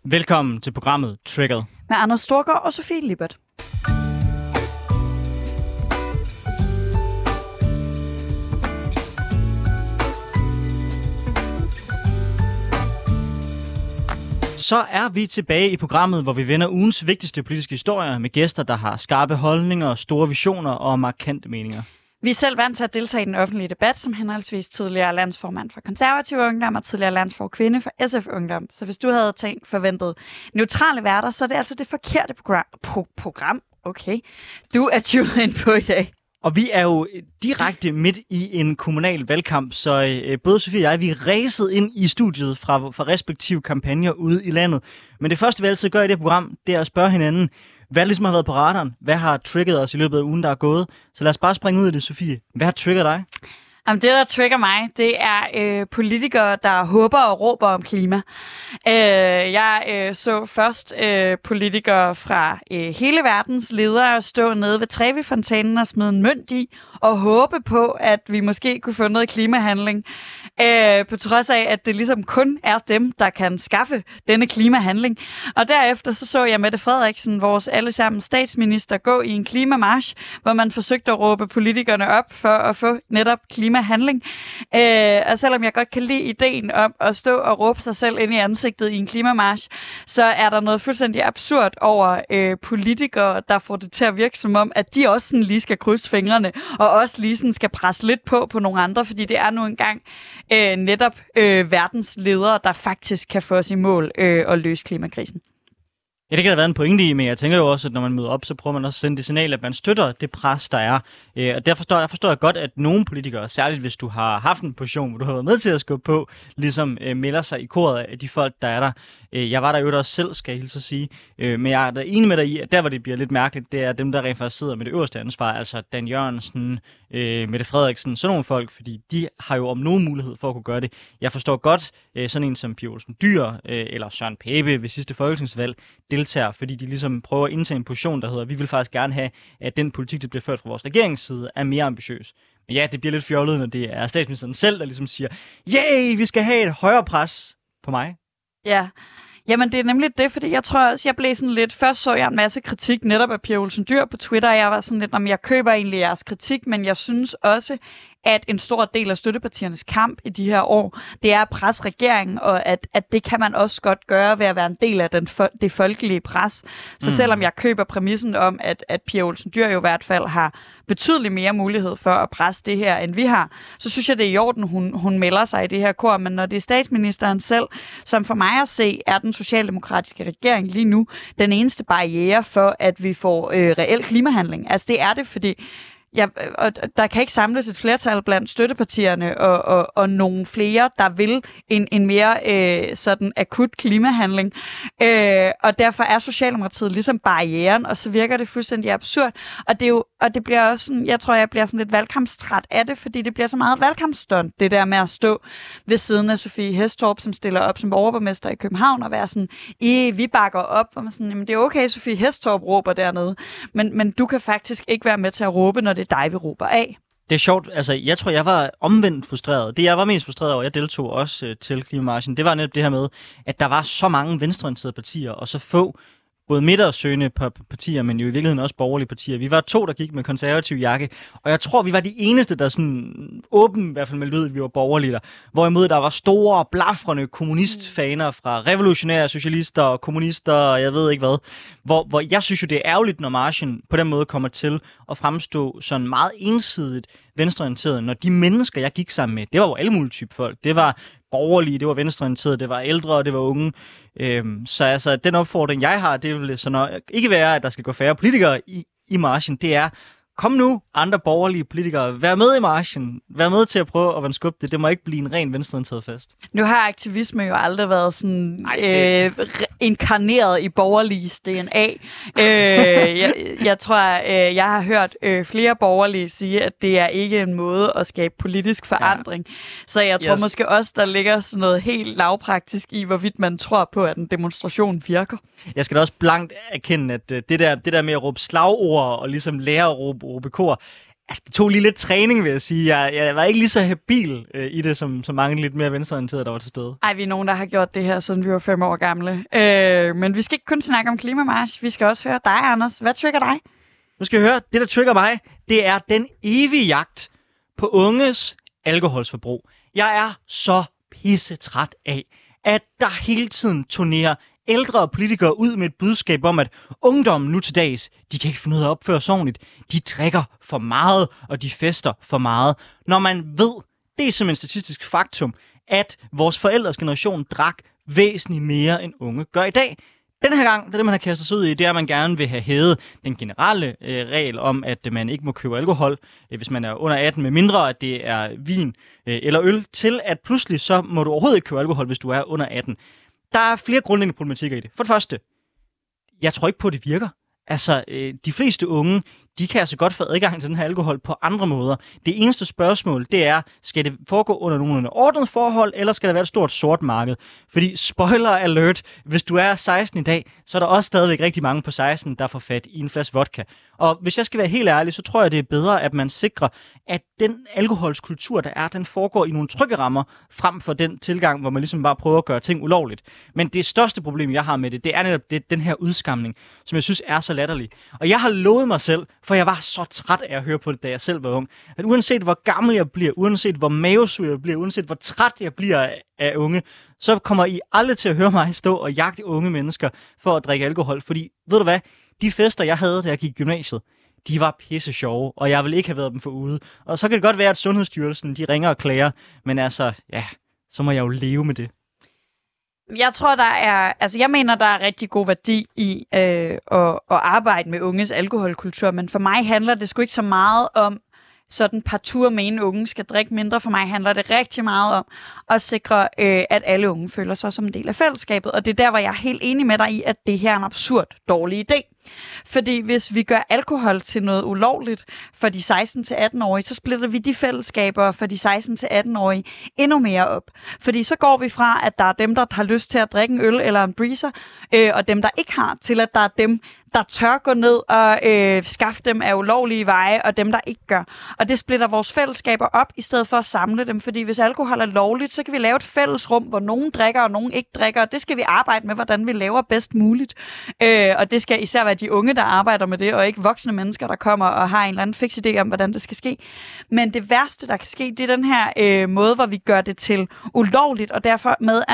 Velkommen til programmet Triggered med Anders Storgård og Sofie Lippert. Så er vi tilbage i programmet, hvor vi vender ugens vigtigste politiske historier med gæster, der har skarpe holdninger, store visioner og markante meninger. Vi er selv vant til at deltage i den offentlige debat, som henholdsvis tidligere landsformand for Konservative Ungdom og tidligere landsforkvinde for SF Ungdom. Så hvis du havde forventet neutrale værter, så er det altså det forkerte program. Okay, du er tunet ind på i dag. Og vi er jo direkte midt i en kommunal valgkamp, så både Sofie og jeg, vi er ræset ind i studiet fra respektive kampagner ude i landet. Men det første, vi altid gør i det program, det er at spørge hinanden, hvad ligesom har været på radaren? Hvad har trigget os i løbet af ugen, der er gået? Så lad os bare springe ud i det, Sofie. Hvad har trigget dig? Det, der trigger mig, det er politikere, der håber og råber om klima. Jeg så først politikere fra hele verdens ledere stå nede ved Trevi-fontænen og smide en mønt i, og håbe på, at vi måske kunne få noget klimahandling. På trods af, at det ligesom kun er dem, der kan skaffe denne klimahandling. Og derefter så jeg Mette Frederiksen, vores allesammen statsminister, gå i en klimamarch, hvor man forsøgte at råbe politikerne op for at få netop klimahandling. Og selvom jeg godt kan lide ideen om at stå og råbe sig selv ind i ansigtet i en klimamarch, så er der noget fuldstændig absurd over politikere, der får det til at virke som om, at de også sådan lige skal krydse fingrene, og også lige sådan skal presse lidt på nogle andre, fordi det er nu engang netop verdens ledere, der faktisk kan få os i mål og løse klimakrisen. Ja, det kan der være en pointe i, men jeg tænker jo også, at når man møder op, så prøver man også at sende det signal, at man støtter det pres, der er. Og der forstår jeg godt, at nogle politikere, særligt hvis du har haft en position, hvor du har været med til at skubbe på, ligesom melder sig i koret af de folk, der er der. Jeg var der jo også selv, skal jeg hilse at sige. Men jeg er da enig med dig i, at der, hvor det bliver lidt mærkeligt, det er dem, der rent faktisk sidder med det øverste ansvar, altså Dan Jørgensen, Mette Frederiksen, sådan nogle folk, fordi de har jo om nogen mulighed for at kunne gøre det. Jeg forstår godt sådan en som Pia Olsen Dyhr eller Søren Pape ved sidste folketingsvalg deltager, fordi de ligesom prøver at indtage en position, der hedder, vi vil faktisk gerne have, at den politik, der bliver ført fra vores regeringsside, er mere ambitiøs. Men ja, det bliver lidt fjollet, når det er statsministeren selv, der ligesom siger, vi skal have et højere pres på mig. Ja. Jamen, det er nemlig det, fordi jeg tror også, jeg blev sådan lidt... Først så jeg en masse kritik netop af Pia Olsen Dyhr på Twitter, og jeg var sådan lidt, om jeg køber egentlig jeres kritik, men jeg synes også, at en stor del af støttepartiernes kamp i de her år, det er at presse regeringen, og at det kan man også godt gøre ved at være en del af det folkelige pres. Så selvom jeg køber præmissen om, at Pia Olsen Dyhr jo i hvert fald har betydeligt mere mulighed for at presse det her, end vi har, så synes jeg, det er i orden, hun melder sig i det her kor. Men når det er statsministeren selv, som for mig at se, er den socialdemokratiske regering lige nu den eneste barriere for, at vi får reel klimahandling. Altså det er det, fordi og der kan ikke samles et flertal blandt støttepartierne og nogle flere, der vil en mere sådan akut klimahandling. Og derfor er Socialdemokratiet ligesom barrieren, og så virker det fuldstændig absurd. Og det bliver også sådan, jeg tror, jeg bliver sådan lidt valgkampstræt af det, fordi det bliver så meget valgkampstunt, det der med at stå ved siden af Sophie Hæstorp, som stiller op som overborgmester i København, og være sådan, vi bakker op, hvor man sådan, jamen det er okay, Sophie Hæstorp råber dernede, men du kan faktisk ikke være med til at råbe, når det er dig, vi råber af. Det er sjovt. Altså, jeg tror, jeg var omvendt frustreret. Det, jeg var mest frustreret over, jeg deltog også til klimamarchen, det var netop det her med, at der var så mange venstreorienterede partier, og så få både midtersøgende partier, men jo i virkeligheden også borgerlige partier. Vi var 2, der gik med konservativ jakke, og jeg tror, vi var de eneste, der sådan åben i hvert fald meldte ud, at vi var borgerlige der. Hvorimod der var store, blafrende kommunistfaner fra revolutionære socialister og kommunister, og jeg ved ikke hvad. Hvor jeg synes jo, det er ærgerligt, når marchen på den måde kommer til at fremstå sådan meget ensidigt venstreorienteret, når de mennesker, jeg gik sammen med, det var jo alle mulige typer folk. Det var borgerlige, det var venstreorienteret, det var ældre, og det var unge. Så altså, den opfordring, jeg har, det vil så nok ikke være, at der skal gå færre politikere i marchen. Det er, kom nu, andre borgerlige politikere, vær med i marchen. Vær med til at prøve at skubbe det. Det må ikke blive en ren venstreorienteret fest. Nu har aktivisme jo aldrig været sådan inkarneret i borgerliges DNA. Jeg tror, jeg har hørt flere borgerlige sige, at det er ikke en måde at skabe politisk forandring. Ja. Så jeg tror måske også, der ligger sådan noget helt lavpraktisk i, hvorvidt man tror på, at en demonstration virker. Jeg skal da også blankt erkende, at det der med at råbe slagord og ligesom lære at råbe kor, Altså, det tog lige lidt træning, vil jeg sige. Jeg var ikke lige så habil i det, som mange lidt mere venstreorienterede, der var til stede. Ej, vi er nogen, der har gjort det her, siden vi var 5 år gamle. Men vi skal ikke kun snakke om klimamarch. Vi skal også høre dig, Anders. Hvad trigger dig? Nu skal jeg høre, det der trigger mig, det er den evige jagt på unges alkoholsforbrug. Jeg er så pissetræt af, at der hele tiden turnerer ældre politikere ud med et budskab om, at ungdommen nu til dags, de kan ikke finde ud af at opføre sig ordentligt. De drikker for meget, og de fester for meget. Når man ved, det er simpelthen et statistisk faktum, at vores forældres generation drak væsentligt mere end unge gør i dag. Den her gang, det man har kastet sig ud i, det er, at man gerne vil have hævet den generelle regel om, at man ikke må købe alkohol, hvis man er under 18, med mindre at det er vin eller øl, til at pludselig så må du overhovedet ikke købe alkohol, hvis du er under 18. Der er flere grundlæggende problematikker i det. For det første, jeg tror ikke på, at det virker. Altså, de fleste unge, de kan altså godt få adgang til den her alkohol på andre måder. Det eneste spørgsmål, det er, skal det foregå under nogenlunde ordnet forhold, eller skal der være et stort sort marked? Fordi, spoiler alert, hvis du er 16 i dag, så er der også stadigvæk rigtig mange på 16, der får fat i en flaske vodka. Og hvis jeg skal være helt ærlig, så tror jeg, det er bedre, at man sikrer, at den alkoholskultur, der er, den foregår i nogle trygge rammer, frem for den tilgang, hvor man ligesom bare prøver at gøre ting ulovligt. Men det største problem, jeg har med det, det er netop den her udskamning, som jeg synes er så latterlig. Og jeg har lovet mig selv, for jeg var så træt af at høre på det, da jeg selv var ung, at uanset hvor gammel jeg bliver, uanset hvor mavesur jeg bliver, uanset hvor træt jeg bliver af unge, så kommer I aldrig til at høre mig stå og jagte unge mennesker for at drikke alkohol. Fordi, ved du hvad, de fester, jeg havde, da jeg gik i gymnasiet, de var pisse sjove, og jeg ville ikke have været dem forude. Og så kan det godt være, at Sundhedsstyrelsen, de ringer og klager, men altså, ja, så må jeg jo leve med det. Jeg tror, jeg mener, der er rigtig god værdi i at arbejde med unges alkoholkultur, men for mig handler det sgu ikke så meget om sådan partout mene, unge skal drikke mindre. For mig handler det rigtig meget om at sikre, at alle unge føler sig som en del af fællesskabet, og det er der, hvor jeg er helt enig med dig i, at det her er en absurd dårlig idé. Fordi hvis vi gør alkohol til noget ulovligt for de 16-18-årige, så splitter vi de fællesskaber for de 16-18-årige endnu mere op. Fordi så går vi fra, at der er dem, der har lyst til at drikke en øl eller en breezer, og dem, der ikke har, til at der er dem, der tør gå ned og skaffe dem af ulovlige veje, og dem, der ikke gør. Og det splitter vores fællesskaber op, i stedet for at samle dem. Fordi hvis alkohol er lovligt, så kan vi lave et fælles rum, hvor nogen drikker, og nogen ikke drikker. Og det skal vi arbejde med, hvordan vi laver bedst muligt. Og det skal især være de unge, der arbejder med det, og ikke voksne mennesker, der kommer og har en eller anden fix idé om, hvordan det skal ske. Men det værste, der kan ske, det er den her måde, hvor vi gør det til ulovligt, og derfor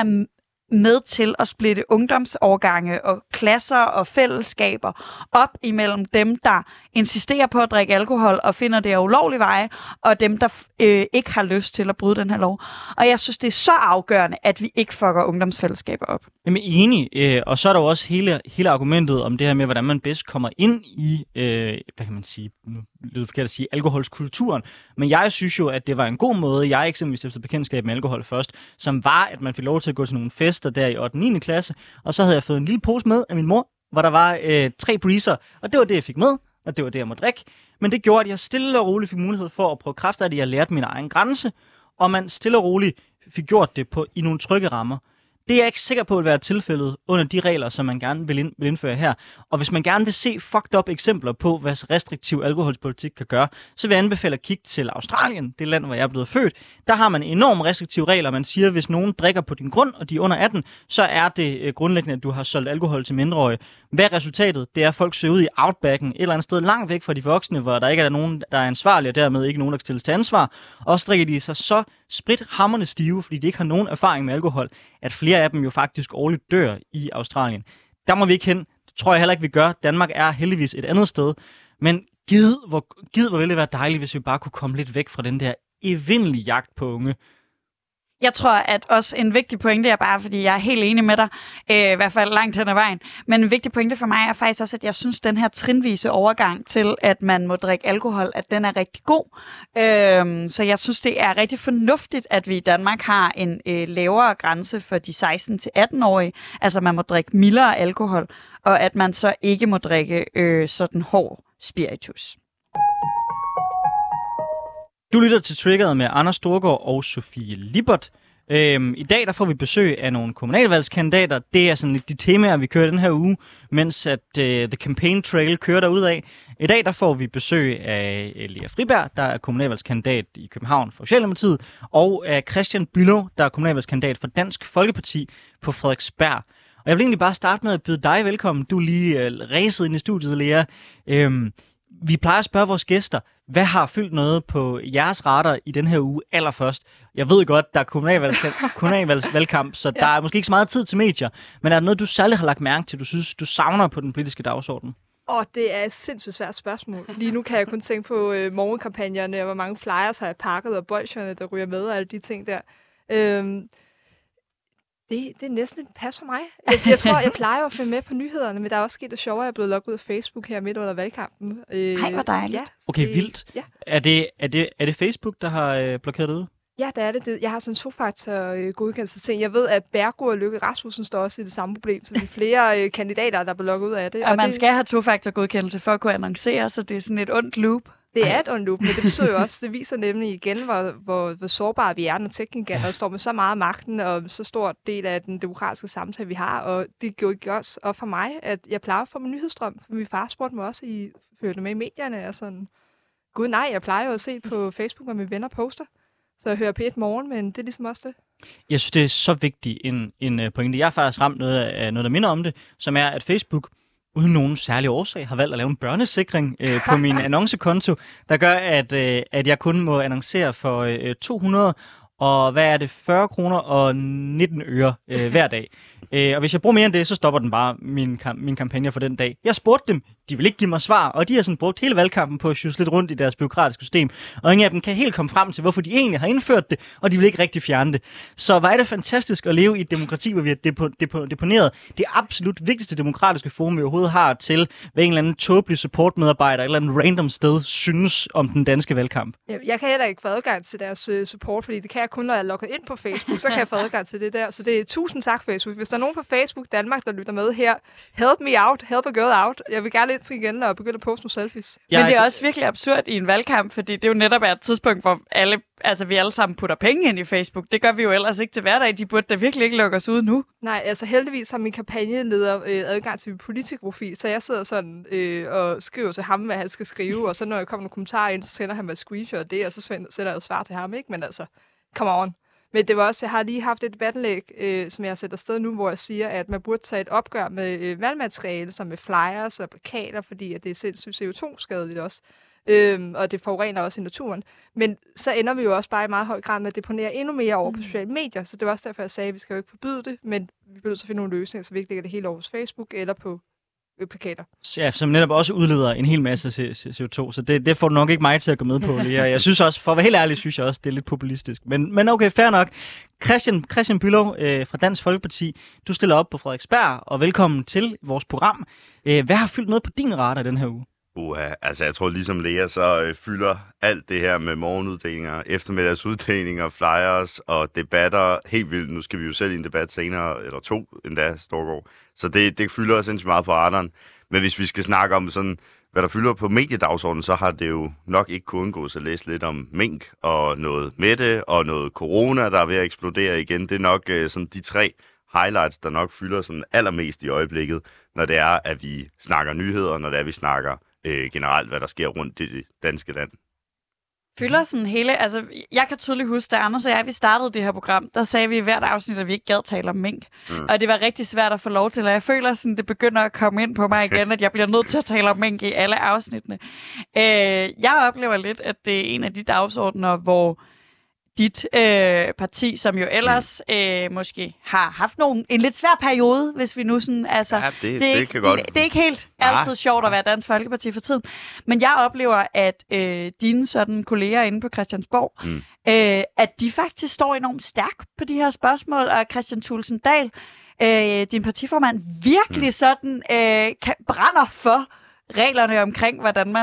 med til at splitte ungdomsårgange og klasser og fællesskaber op imellem dem, der insisterer på at drikke alkohol og finder det af ulovlige veje, og dem, der ikke har lyst til at bryde den her lov. Og jeg synes, det er så afgørende, at vi ikke fucker ungdomsfællesskaber op. Jamen enig, og så er der jo også hele argumentet om det her med, hvordan man bedst kommer ind i, hvad kan man sige, nu lyder det forkert at sige, alkoholskulturen. Men jeg synes jo, at det var en god måde, jeg eksempelvis stiftede bekendtskab med alkohol først, som var, at man fik lov til at gå til nogle fester der i 8. og 9. klasse, og så havde jeg fået en lille pose med af min mor, hvor der var 3 breezer, og det var det, jeg fik med, og det var det, jeg måtte drikke. Men det gjorde, at jeg stille og roligt fik mulighed for at prøve kræfter, at jeg lærte min egen grænse, og man stille og roligt fik gjort det i nogle trygge rammer. Det er jeg ikke sikker på at være tilfældet under de regler, som man gerne vil indføre her. Og hvis man gerne vil se fucked up eksempler på, hvad restriktiv alkoholpolitik kan gøre, så vil jeg anbefale at kigge til Australien, det land, hvor jeg er blevet født. Der har man enormt restriktive regler. Man siger, at hvis nogen drikker på din grund, og de er under 18, så er det grundlæggende, at du har solgt alkohol til mindreårige. Hvad er resultatet? Det er, at folk søger ud i outbacken, et eller andet sted langt væk fra de voksne, hvor der ikke er nogen, der er ansvarlige, og dermed ikke nogen, der kan stilles til ansvar. Og så drikker de sig så sprithamrende stive, fordi de ikke har nogen erfaring med alkohol, at flere af dem jo faktisk årligt dør i Australien. Der må vi ikke hen. Det tror jeg heller ikke, vi gør. Danmark er heldigvis et andet sted. Men gid, hvor ville det være dejligt, hvis vi bare kunne komme lidt væk fra den der evindelige jagt på unge. Jeg tror, at også en vigtig pointe er bare, fordi jeg er helt enig med dig, i hvert fald langt hen ad vejen, men en vigtig pointe for mig er faktisk også, at jeg synes, at den her trinvise overgang til, at man må drikke alkohol, at den er rigtig god. Så jeg synes, det er rigtig fornuftigt, at vi i Danmark har en lavere grænse for de 16-18-årige, altså man må drikke mildere alkohol, og at man så ikke må drikke sådan hård spiritus. Du lytter til Triggeret med Anders Storgård og Sofie Lippert. I dag der får vi besøg af nogle kommunalvalgskandidater. Det er sådan de temaer, vi kører den her uge, mens at The Campaign Trail kører derudad. I dag der får vi besøg af Lea Friberg, der er kommunalvalgskandidat i København for Socialdemokratiet, og af Christian Bülow, der er kommunalvalgskandidat for Dansk Folkeparti på Frederiksberg. Og jeg vil egentlig bare starte med at byde dig velkommen. Du er lige ræset ind i studiet, Lea. Vi plejer at spørge vores gæster, hvad har fyldt noget på jeres radar i den her uge allerførst? Jeg ved godt, der er kommunalvalgsvalgkamp, så der er måske ikke så meget tid til medier. Men er der noget, du særligt har lagt mærke til, du synes, du savner på den politiske dagsorden? Det er et sindssygt svært spørgsmål. Lige nu kan jeg kun tænke på morgenkampagnerne, og hvor mange flyers har jeg pakket, og bolsjerne, der ryger med, og alle de ting der. Det er næsten et pas for mig. Jeg tror, jeg plejer at følge med på nyhederne, men der er også sket det sjove, at jeg er blevet logget ud af Facebook her midt under valgkampen. Hej, hvor dejligt. Ja, okay, vildt. Ja. Er det Facebook, der har blokeret det ud? Ja, det er det. Jeg har sådan en to-faktor godkendelse ting. Jeg ved, at Bergo og Løkke Rasmussen står også i det samme problem, så vi er flere kandidater, der er blevet lukket ud af det. Og man skal have to-faktor godkendelse for at kunne annoncere, så det er sådan et ondt loop. Det er et ondt loop, men det betyder jo også, det viser nemlig igen, hvor sårbare vi er, når teknikere står med så meget magten og så stor del af den demokratiske samtale, vi har. Og det gjorde også op for mig, at jeg plejer at få min nyhedsstrøm. Min far spurgte mig også, I følte med i medierne, og sådan, gud nej, jeg plejer jo at se på Facebook, hvad mine venner poster. Så jeg hører P1 Morgen, men det er ligesom også det. Jeg synes, det er så vigtigt en pointe. Jeg har faktisk ramt noget, der minder om det, som er, at Facebook uden nogen særlig årsag har valgt at lave en børnesikring på min annoncekonto, der gør, at jeg kun må annoncere for 200 og hvad er det, 40 kroner og 19 øre hver dag. Og hvis jeg bruger mere end det, så stopper den bare min kampagne for den dag. Jeg spurgte dem, de vil ikke give mig svar, og de har sådan brugt hele valgkampen på at sjusse lidt rundt i deres bureaukratiske system. Og ingen af dem kan helt komme frem til, hvorfor de egentlig har indført det, og de vil ikke rigtig fjerne det. Så var det fantastisk at leve i et demokrati, hvor vi har deponeret det absolut vigtigste demokratiske forum, vi overhovedet har til, hvad en eller anden tåbelig supportmedarbejder eller en random sted synes om den danske valgkamp. Jeg kan heller ikke få adgang til deres support, fordi det kan jeg kun, når jeg logger ind på Facebook, så kan jeg få adgang til det der. Så det er tusind tak, Facebook. Hvis der er nogen på Facebook Danmark, der lytter med her, help me out, help a girl out. Jeg vil gerne lidt igen og begynde at poste nogle selfies. Men det er også virkelig absurd i en valgkamp, fordi det er jo netop et tidspunkt, hvor vi alle sammen putter penge ind i Facebook. Det gør vi jo ellers ikke til hverdag. De burde da virkelig ikke lukke os ud nu. Nej, altså heldigvis har min kampagneleder adgang til min politikerprofil, så jeg sidder sådan og skriver til ham, hvad han skal skrive, og så når jeg kommer nogle kommentarer ind, så sender han mig et screenshot af det, og så sætter jeg et svar til ham, ikke? Men altså, come on. Men det var også, jeg har lige haft et debatindlæg, som jeg sætter afsted nu, hvor jeg siger, at man burde tage et opgør med valgmateriale, som med flyers og plakater, fordi at det er sindssygt CO2-skadeligt også. Og det forurener også i naturen. Men så ender vi jo også bare i meget høj grad med at deponere endnu mere over på sociale medier, så det var også derfor, jeg sagde, at vi skal jo ikke forbyde det, men vi bliver nødt til at finde nogle løsninger, så vi ikke lægger det hele over hos Facebook eller på plakater. Ja, som netop også udleder en hel masse CO2, så det får du nok ikke mig til at gå med på, Lea. Jeg synes også, for at være helt ærlig, synes jeg også, det er lidt populistisk. Men okay, fair nok. Christian Bülow fra Dansk Folkeparti, du stiller op på Frederiksberg, og velkommen til vores program. Hvad har fyldt noget på din radar den her uge? Altså jeg tror ligesom Lea, så fylder alt det her med morgenuddelinger, eftermiddagsuddelinger, flyers og debatter helt vildt. Nu skal vi jo selv i en debat senere, eller to endda, Storgård. Så det fylder sindssygt meget på radaren. Men hvis vi skal snakke om sådan, hvad der fylder på mediedagsordenen, så har det jo nok ikke kunnet undgås at læse lidt om mink og noget mætte og noget corona, der er ved at eksplodere igen. Det er nok sådan de tre highlights, der nok fylder sådan allermest i øjeblikket, når det er, at vi snakker nyheder, når det er, at vi snakker generelt, hvad der sker rundt i det danske land. Fylder sådan hele, altså jeg kan tydeligt huske, da Anders og jeg, vi startede det her program, der sagde vi i hvert afsnit, at vi ikke gad tale om mink. Og det var rigtig svært at få lov til, og jeg føler sådan, det begynder at komme ind på mig igen, at jeg bliver nødt til at tale om mink i alle afsnittene. Jeg oplever lidt, at det er en af de dagsordener, hvor dit parti, som jo ellers måske har haft en lidt svær periode, hvis vi nu sådan, altså, ja, det er ikke helt altid sjovt at være Dansk Folkeparti for tiden, men jeg oplever, at dine sådan kolleger inde på Christiansborg, at de faktisk står enormt stærkt på de her spørgsmål, og Kristian Thulesen Dahl, din partiformand, virkelig sådan brænder for reglerne omkring,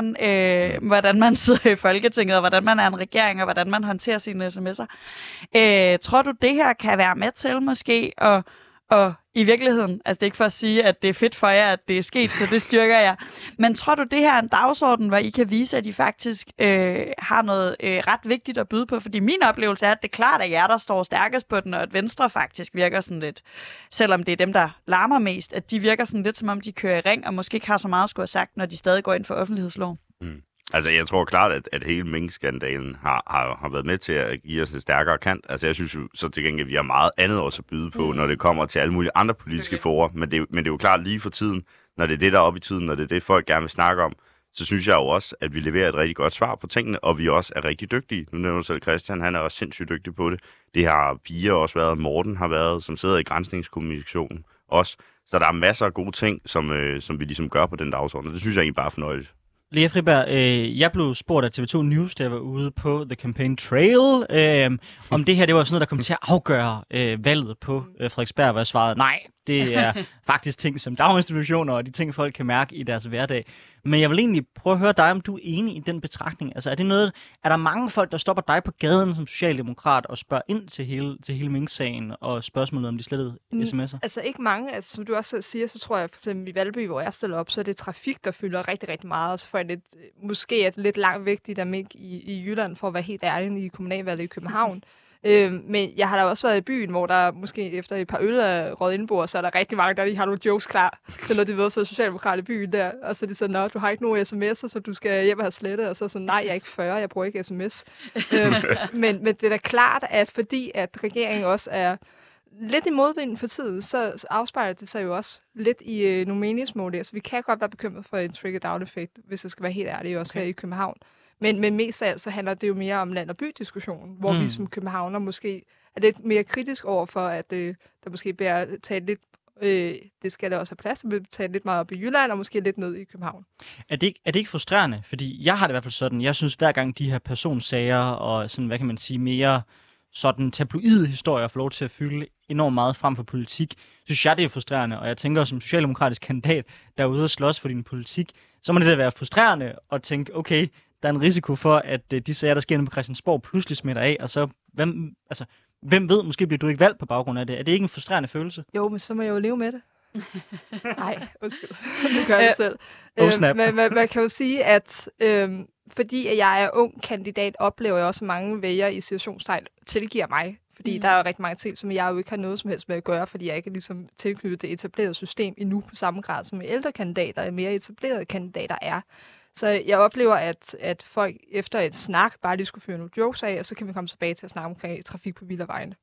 hvordan man sidder i Folketinget, og hvordan man er en regering, og hvordan man håndterer sine sms'er. Tror du, det her kan være med til måske at i virkeligheden. Altså det er ikke for at sige, at det er fedt for jer, at det er sket, så det styrker jer. Men tror du, det her er en dagsorden, hvor I kan vise, at I faktisk har noget ret vigtigt at byde på? Fordi min oplevelse er, at det er klart, at jer, der står stærkest på den, og at Venstre faktisk virker sådan lidt, selvom det er dem, der larmer mest, at de virker sådan lidt, som om de kører i ring, og måske ikke har så meget at skulle have sagt, når de stadig går ind for offentlighedslov. Altså, jeg tror klart, at hele minkskandalen har været med til at give os en stærkere kant. Altså, jeg synes jo så til gengæld, at vi har meget andet også at byde på, når det kommer til alle mulige andre politiske fora. Men det er jo klart lige for tiden, når det er det, der er oppe i tiden, når det er det, folk gerne vil snakke om, så synes jeg jo også, at vi leverer et rigtig godt svar på tingene, og vi også er rigtig dygtige. Nu nævner du selv Christian, han er også sindssygt dygtig på det. Det har Pia også været, Morten har været, som sidder i granskningskommissionen også. Så der er masser af gode ting, som vi ligesom gør på den dagsorden, og det synes jeg egentlig bare er fornøjeligt. Lea Friberg, jeg blev spurgt af TV2 News, da jeg var ude på The Campaign Trail, om det her det var sådan noget, der kom til at afgøre valget på Frederiksberg, hvor jeg svarede, nej, det er faktisk ting som daginstitutioner og de ting, folk kan mærke i deres hverdag. Men jeg vil egentlig prøve at høre dig, om du er enig i den betragtning. Altså er der mange folk, der stopper dig på gaden som socialdemokrat og spørger ind til hele Mink-sagen og spørgsmålet om de slettede sms'er? Altså ikke mange. Altså, som du også siger, så tror jeg for eksempel i Valby, hvor jeg stiller op, så er det trafik, der fylder rigtig, rigtig meget. Og så får jeg måske et lidt langt vigtigt af Mink i Jylland, for at være helt ærlig, i kommunalvalget i København. Men jeg har da også været i byen, hvor der måske efter et par øl er røget indbord, så er der rigtig mange, der lige har nogle jokes klar, til når de ved, så er socialdemokrat i byen der. Og så er de sådan, nå, du har ikke nogen sms'er, så du skal hjem og have slettet. Og så sådan, nej, jeg er ikke 40, jeg bruger ikke sms. Men det er da klart, at fordi at regeringen også er lidt i modvinden for tiden, så afspejler det sig jo også lidt i nogle meningsmål. Altså, vi kan godt være bekymret for en trickle-down-effekt, hvis jeg skal være helt ærlig, også her i København. Men mest af alt, så handler det jo mere om land- og by-diskussionen, hvor vi som københavner måske er lidt mere kritisk over for, at der måske bliver taget lidt, det skal der også have plads, at bliver taget lidt meget op i Jylland, og måske lidt ned i København. Er det ikke frustrerende? Fordi jeg har det i hvert fald sådan, jeg synes hver gang de her personsager og sådan, hvad kan man sige, mere sådan tabloide historier får lov til at fylde enormt meget frem for politik, synes jeg, det er frustrerende. Og jeg tænker som socialdemokratisk kandidat, der er ude og slås for din politik, så må det da være frustrerende at tænke, okay, der er en risiko for, at de sager, der sker inde på Christiansborg, pludselig smitter af, og så, hvem ved, måske bliver du ikke valgt på baggrund af det. Er det ikke en frustrerende følelse? Jo, men så må jeg jo leve med det. Nej, undskyld. Nu gør jeg selv. Man kan jo sige, at fordi at jeg er ung kandidat, oplever jeg også mange vælgere i situationstegn tilgiver mig. Fordi der er jo rigtig mange ting, som jeg jo ikke har noget som helst med at gøre, fordi jeg ikke er ligesom tilknyttet det etablerede system endnu på samme grad, som ældre kandidater, mere etablerede kandidater er. Så jeg oplever, at folk efter et snak bare lige skulle føre nogle jokes af, og så kan vi komme tilbage til at snakke omkring trafik på villavejene.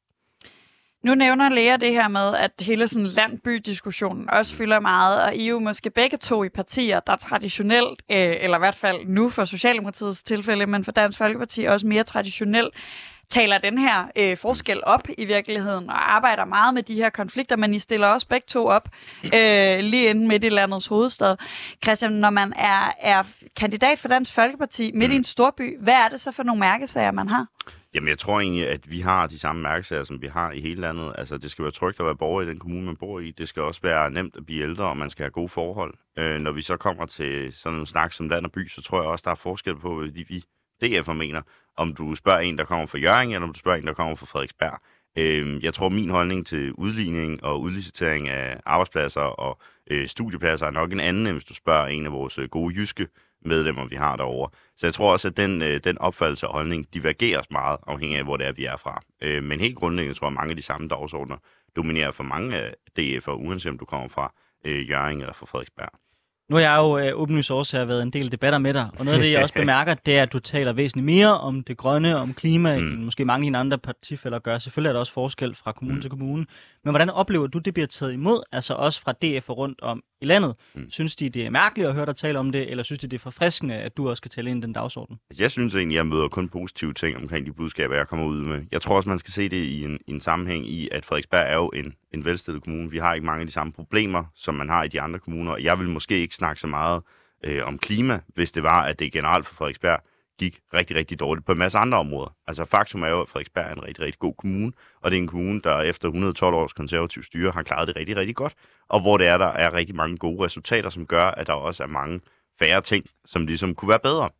Nu nævner Lea det her med, at hele sådan land-by-diskussionen også fylder meget, og I er jo måske begge to i partier, der traditionelt, eller i hvert fald nu for Socialdemokratiets tilfælde, men for Dansk Folkeparti også mere traditionelt, taler den her forskel op i virkeligheden, og arbejder meget med de her konflikter, men I stiller også begge to op lige inde midt i landets hovedstad. Christian, når man er kandidat for Dansk Folkeparti midt i en storby, hvad er det så for nogle mærkesager, man har? Jamen, jeg tror egentlig, at vi har de samme mærkesager, som vi har i hele landet. Altså, det skal være trygt at være borger i den kommune, man bor i. Det skal også være nemt at blive ældre, og man skal have gode forhold. Når vi så kommer til sådan en snak som land og by, så tror jeg også, der er forskel på, hvad vi DF'er mener. Om du spørger en, der kommer fra Hjørring, eller om du spørger en, der kommer fra Frederiksberg. Jeg tror, min holdning til udligning og udlicitering af arbejdspladser og studiepladser er nok en anden, end hvis du spørger en af vores gode jyske medlemmer, vi har derovre. Så jeg tror også, at den opfattelse og holdning divergerer meget, afhængig af, hvor det er, vi er fra. Men helt grundlæggende tror jeg, at mange af de samme dagsordener dominerer for mange af DF'er, uanset om du kommer fra Hjørring eller fra Frederiksberg. Nu har jeg jo åbenlyst årsager været en del debatter med dig, og noget af det, jeg også bemærker, det er, at du taler væsentligt mere om det grønne, om klima, end måske mange af dine andre partifæller gør. Selvfølgelig er der også forskel fra kommune til kommune. Men hvordan oplever du, det bliver taget imod, altså også fra DF'er rundt om i landet? Synes de, det er mærkeligt at høre dig tale om det, eller synes de, det er forfriskende, at du også skal tale ind i den dagsorden? Jeg synes egentlig, jeg møder kun positive ting omkring de budskaber, jeg kommer ud med. Jeg tror også, man skal se det i en sammenhæng i, at Frederiksberg er jo en velstillet kommune. Vi har ikke mange af de samme problemer, som man har i de andre kommuner. Jeg vil måske ikke snakke så meget om klima, hvis det var, at det generelt for Frederiksberg gik rigtig, rigtig dårligt på en masse andre områder. Altså faktum er jo, at Frederiksberg er en rigtig, rigtig god kommune, og det er en kommune, der efter 112 års konservativ styre har klaret det rigtig, rigtig godt, og hvor der er rigtig mange gode resultater, som gør, at der også er mange færre ting, som ligesom kunne være bedre.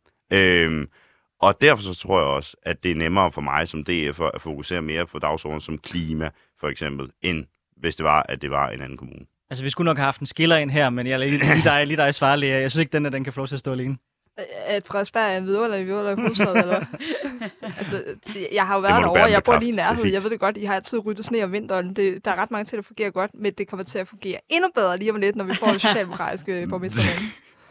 Og derfor så tror jeg også, at det er nemmere for mig som DF'er at fokusere mere på dagsordenen som klima, for eksempel, end hvis det var, at det var en anden kommune. Altså, vi skulle nok have haft en skiller ind her, men jeg lader lige dig svare, Lea. Jeg synes ikke, den kan få lov til at stå alene. At Frederiksberg er en vidunderlig hovedstad, eller altså, jeg har jo været derovre, jeg bor lige i nærheden. Jeg ved det godt, I har altid ryddet sne om vinteren. Der er ret mange til, at det fungerer godt, men det kommer til at fungere endnu bedre lige om lidt, når vi får det socialdemokratiske borgmester.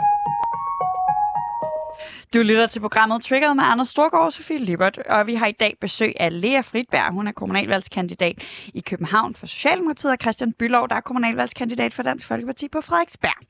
Du lytter til programmet Triggered med Anders Storgård og Sofie Lippert, og vi har i dag besøg af Lea Fridberg. Hun er kommunalvalgskandidat i København for Socialdemokratiet, og Christian Bülow, der er kommunalvalgskandidat for Dansk Folkeparti på Frederiksberg.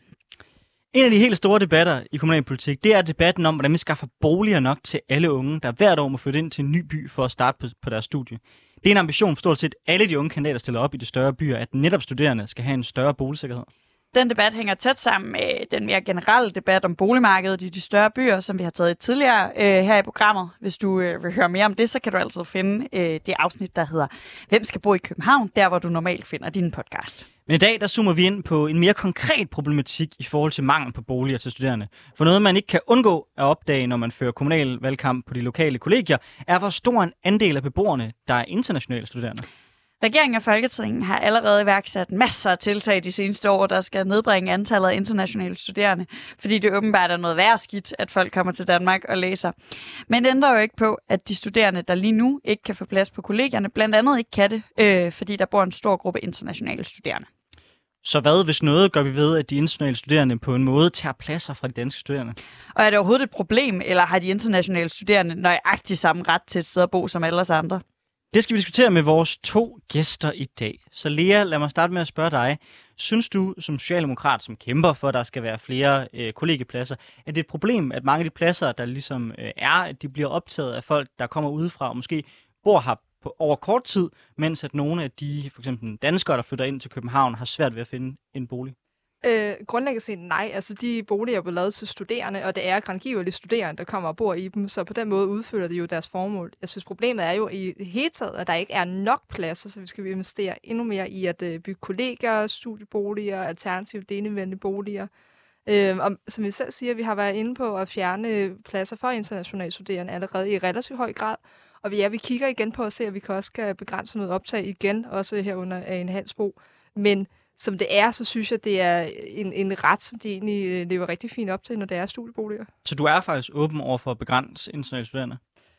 En af de helt store debatter i kommunalpolitik, det er debatten om, hvordan vi skaffer boliger nok til alle unge, der hvert år må flytte ind til en ny by for at starte på deres studie. Det er en ambition for stort set alle de unge kandidater stiller op i de større byer, at netop studerende skal have en større boligsikkerhed. Den debat hænger tæt sammen med den mere generelle debat om boligmarkedet i de større byer, som vi har taget tidligere her i programmet. Hvis du vil høre mere om det, så kan du altid finde det afsnit, der hedder Hvem skal bo i København? Der, hvor du normalt finder din podcast. Men i dag, der zoomer vi ind på en mere konkret problematik i forhold til mangel på boliger til studerende. For noget, man ikke kan undgå at opdage, når man fører kommunal valgkamp på de lokale kollegier, er, hvor stor en andel af beboerne, der er internationale studerende. Regeringen og Folketinget har allerede iværksat masser af tiltag de seneste år, der skal nedbringe antallet af internationale studerende, fordi det åbenbart er noget værre skidt, at folk kommer til Danmark og læser. Men det ændrer jo ikke på, at de studerende, der lige nu ikke kan få plads på kollegierne, blandt andet ikke kan det, fordi der bor en stor gruppe internationale studerende. Så hvad, hvis noget, gør vi ved, at de internationale studerende på en måde tager pladser fra de danske studerende? Og er det overhovedet et problem, eller har de internationale studerende nøjagtigt samme ret til et sted at bo som alle os andre? Det skal vi diskutere med vores 2 gæster i dag. Så Lea, lad mig starte med at spørge dig. Synes du som socialdemokrat, som kæmper for, at der skal være flere kollegiepladser, er det et problem, at mange af de pladser, der ligesom at de bliver optaget af folk, der kommer udefra og måske bor her over kort tid, mens at nogle af de, for eksempel danskere, der flytter ind til København, har svært ved at finde en bolig? Grundlæggende set nej. Altså, de boliger er blevet lavet til studerende, og det er grangivende studerende, der kommer og bor i dem, så på den måde udfylder de jo deres formål. Jeg synes, problemet er jo i det hele taget, at der ikke er nok pladser, så vi skal investere endnu mere i at bygge kollegier, studieboliger, alternative delevendte boliger. Og som vi selv siger, vi har været inde på at fjerne pladser for internationale studerende allerede i relativt høj grad, og vi kigger igen på at se, at vi kan også skal begrænse noget optag igen, også herunder af en Halsbro. Men som det er, så synes jeg, det er en ret, som de egentlig lever rigtig fint op til, når det er studieboliger. Så du er faktisk åben over for at begrænse internationale studerende?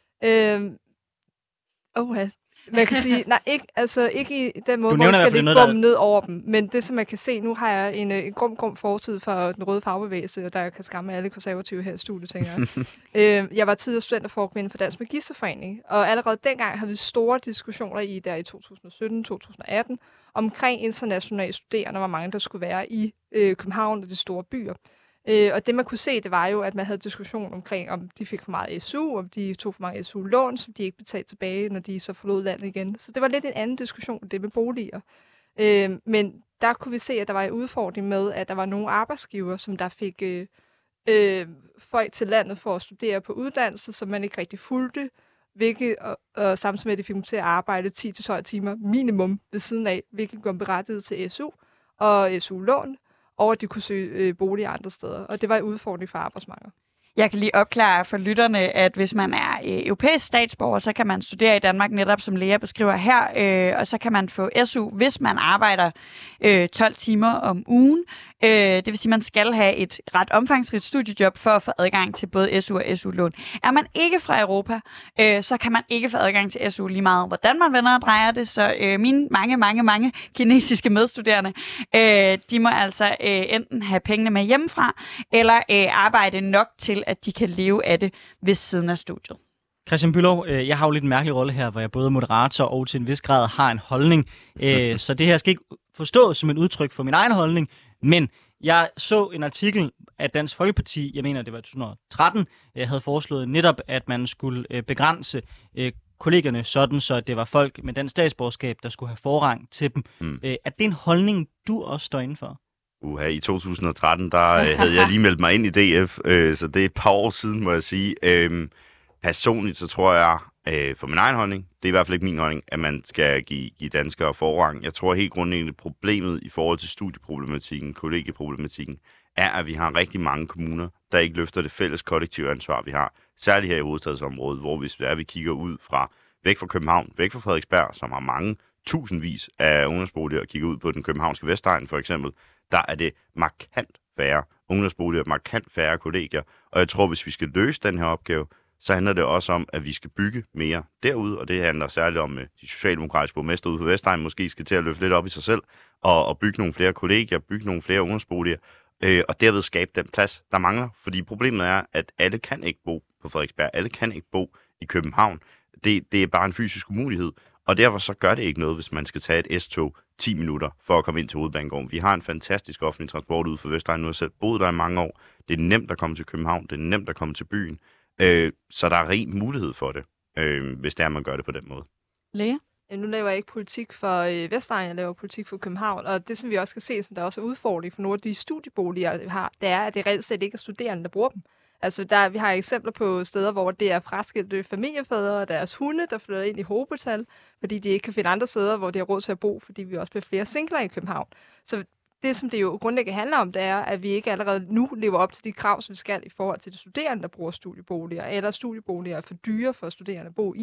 Man kan sige, nej, ikke i den måde, hvor vi skal ikke bomme ned over dem. Men det, som man kan se, nu har jeg en grum fortid for den røde fagbevægelse, og der kan skamme alle konservative her i studiet, tænker jeg. Jeg var tidligere studenterforkvinde for Dansk Magisterforening, og allerede dengang havde vi store diskussioner i 2017-2018 omkring internationale studerende, hvor mange der skulle være i København og de store byer. Og det, man kunne se, det var jo, at man havde diskussion omkring, om de fik for meget SU, om de tog for mange SU-lån, som de ikke betalte tilbage, når de så forlod landet igen. Så det var lidt en anden diskussion, det med boliger. Men der kunne vi se, at der var en udfordring med, at der var nogle arbejdsgiver, som der fik folk til landet for at studere på uddannelse, som man ikke rigtig fulgte, hvilket, og samtidig med, at de fik dem til at arbejde 10-12 timer minimum ved siden af, hvilket gør berettiget til SU og SU-lån, og at de kunne søge bolig andre steder. Og det var en udfordring for arbejdsmarkedet. Jeg kan lige opklare for lytterne, at hvis man er europæisk statsborger, så kan man studere i Danmark netop, som Lea beskriver her, og så kan man få SU, hvis man arbejder 12 timer om ugen. Det vil sige, at man skal have et ret omfangsrigt studiejob for at få adgang til både SU og SU-lån. Er man ikke fra Europa, så kan man ikke få adgang til SU lige meget, hvordan man vender og drejer det. Så mine mange kinesiske medstuderende, de må altså enten have pengene med hjemmefra, eller arbejde nok til, at de kan leve af det ved siden af studiet. Christian Bülow, jeg har jo lidt en mærkelig rolle her, hvor jeg både er moderator og til en vis grad har en holdning. Så det her skal ikke forstås som et udtryk for min egen holdning, men jeg så en artikel af Dansk Folkeparti, jeg mener det var 2013, havde foreslået netop, at man skulle begrænse kollegerne sådan, så det var folk med dansk statsborgerskab, der skulle have forrang til dem. Er det en holdning, du også står inden for? I 2013, der havde jeg lige meldt mig ind i DF, så det er et par år siden, må jeg sige. Personligt, så tror jeg, for min egen holdning, det er i hvert fald ikke min holdning, at man skal give danskere forrang. Jeg tror helt grundlæggende, problemet i forhold til studieproblematikken, kollegieproblematikken, er, at vi har rigtig mange kommuner, der ikke løfter det fælles kollektive ansvar, vi har. Særligt her i hovedstadsområdet, hvor vi kigger ud fra væk fra København, væk fra Frederiksberg, som har mange tusindvis af ungdomsboliger og kigger ud på den københavnske Vestegn for eksempel, der er det markant færre ungdomsboliger, markant færre kollegier. Og jeg tror, hvis vi skal løse den her opgave, så handler det også om, at vi skal bygge mere derude, og det handler særligt om, at de socialdemokratiske borgmester ude på Vestegn måske skal til at løfte lidt op i sig selv, og bygge nogle flere kollegier, bygge nogle flere ungdomsboliger, og derved skabe den plads, der mangler. Fordi problemet er, at alle kan ikke bo på Frederiksberg, alle kan ikke bo i København. Det er bare en fysisk umulighed, og derfor så gør det ikke noget, hvis man skal tage et S-tog 10 minutter for at komme ind til Hovedbanegården. Vi har en fantastisk offentlig transport ude for Vestegn. Nu har jeg selv boet der i mange år. Det er nemt at komme til København, det er nemt at komme til byen. Så der er rig mulighed for det, hvis det er, man gør det på den måde. Lea? Nu laver jeg ikke politik for Vestegn, jeg laver politik for København, og det, som vi også kan se, som der også er udfordring for nogle af de studieboliger, vi har, det er, at det reelt set ikke er studerende, der bruger dem. Altså, vi har eksempler på steder, hvor det er fraskilte familiefædre og deres hunde, der flytter ind i hovedbetal, fordi de ikke kan finde andre steder, hvor de har råd til at bo, fordi vi også bliver flere singler i København. Så det, som det jo grundlæggende handler om, det er, at vi ikke allerede nu lever op til de krav, som vi skal i forhold til de studerende, der bruger studieboliger, eller studieboliger er for dyre for studerende at bo i.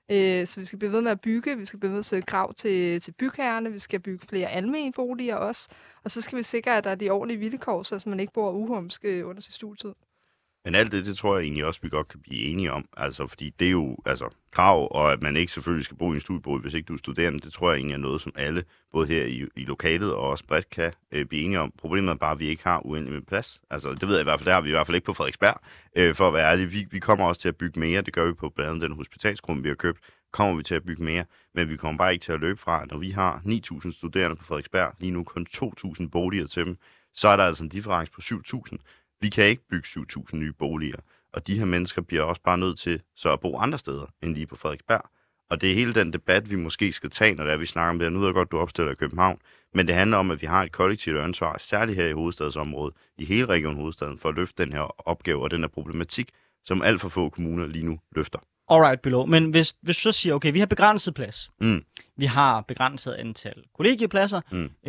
Så vi skal blive ved med at bygge, vi skal blive ved med at sætte krav til bygherrerne, vi skal bygge flere almene boliger også, og så skal vi sikre, at der er de ordentlige vilkår, så man ikke bor uhumsk under sin studietid. Men alt det tror jeg egentlig også, vi godt kan blive enige om. Altså, fordi det er jo krav, og at man ikke selvfølgelig skal bo i en studiebolig, hvis ikke du er studerende. Det tror jeg egentlig er noget, som alle, både her i lokalet og også bredt, kan blive enige om. Problemet er bare, at vi ikke har uendelig med plads. Altså, det ved jeg i hvert fald, det har vi i hvert fald ikke på Frederiksberg. For at være ærlig, vi kommer også til at bygge mere. Det gør vi på blandt andet den hospitalsgruppe, vi har købt. Kommer vi til at bygge mere, men vi kommer bare ikke til at løbe fra, når vi har 9.000 studerende på Frederiksberg, lige nu kun 2.000 boliger til dem, så er der altså en difference på 7.000. Vi kan ikke bygge 7.000 nye boliger, og de her mennesker bliver også bare nødt til så at bo andre steder end lige på Frederiksberg. Og det er hele den debat, vi måske skal tage, når det er, vi snakker om det. Nu ved jeg godt, du opstiller i København, men det handler om, at vi har et kollektivt ansvar, særligt her i hovedstadsområdet, i hele Region Hovedstaden, for at løfte den her opgave og den her problematik, som alt for få kommuner lige nu løfter. Alright, Bilo. Men hvis du så siger, okay, vi har begrænset plads. Vi har begrænset antal kollegiepladser.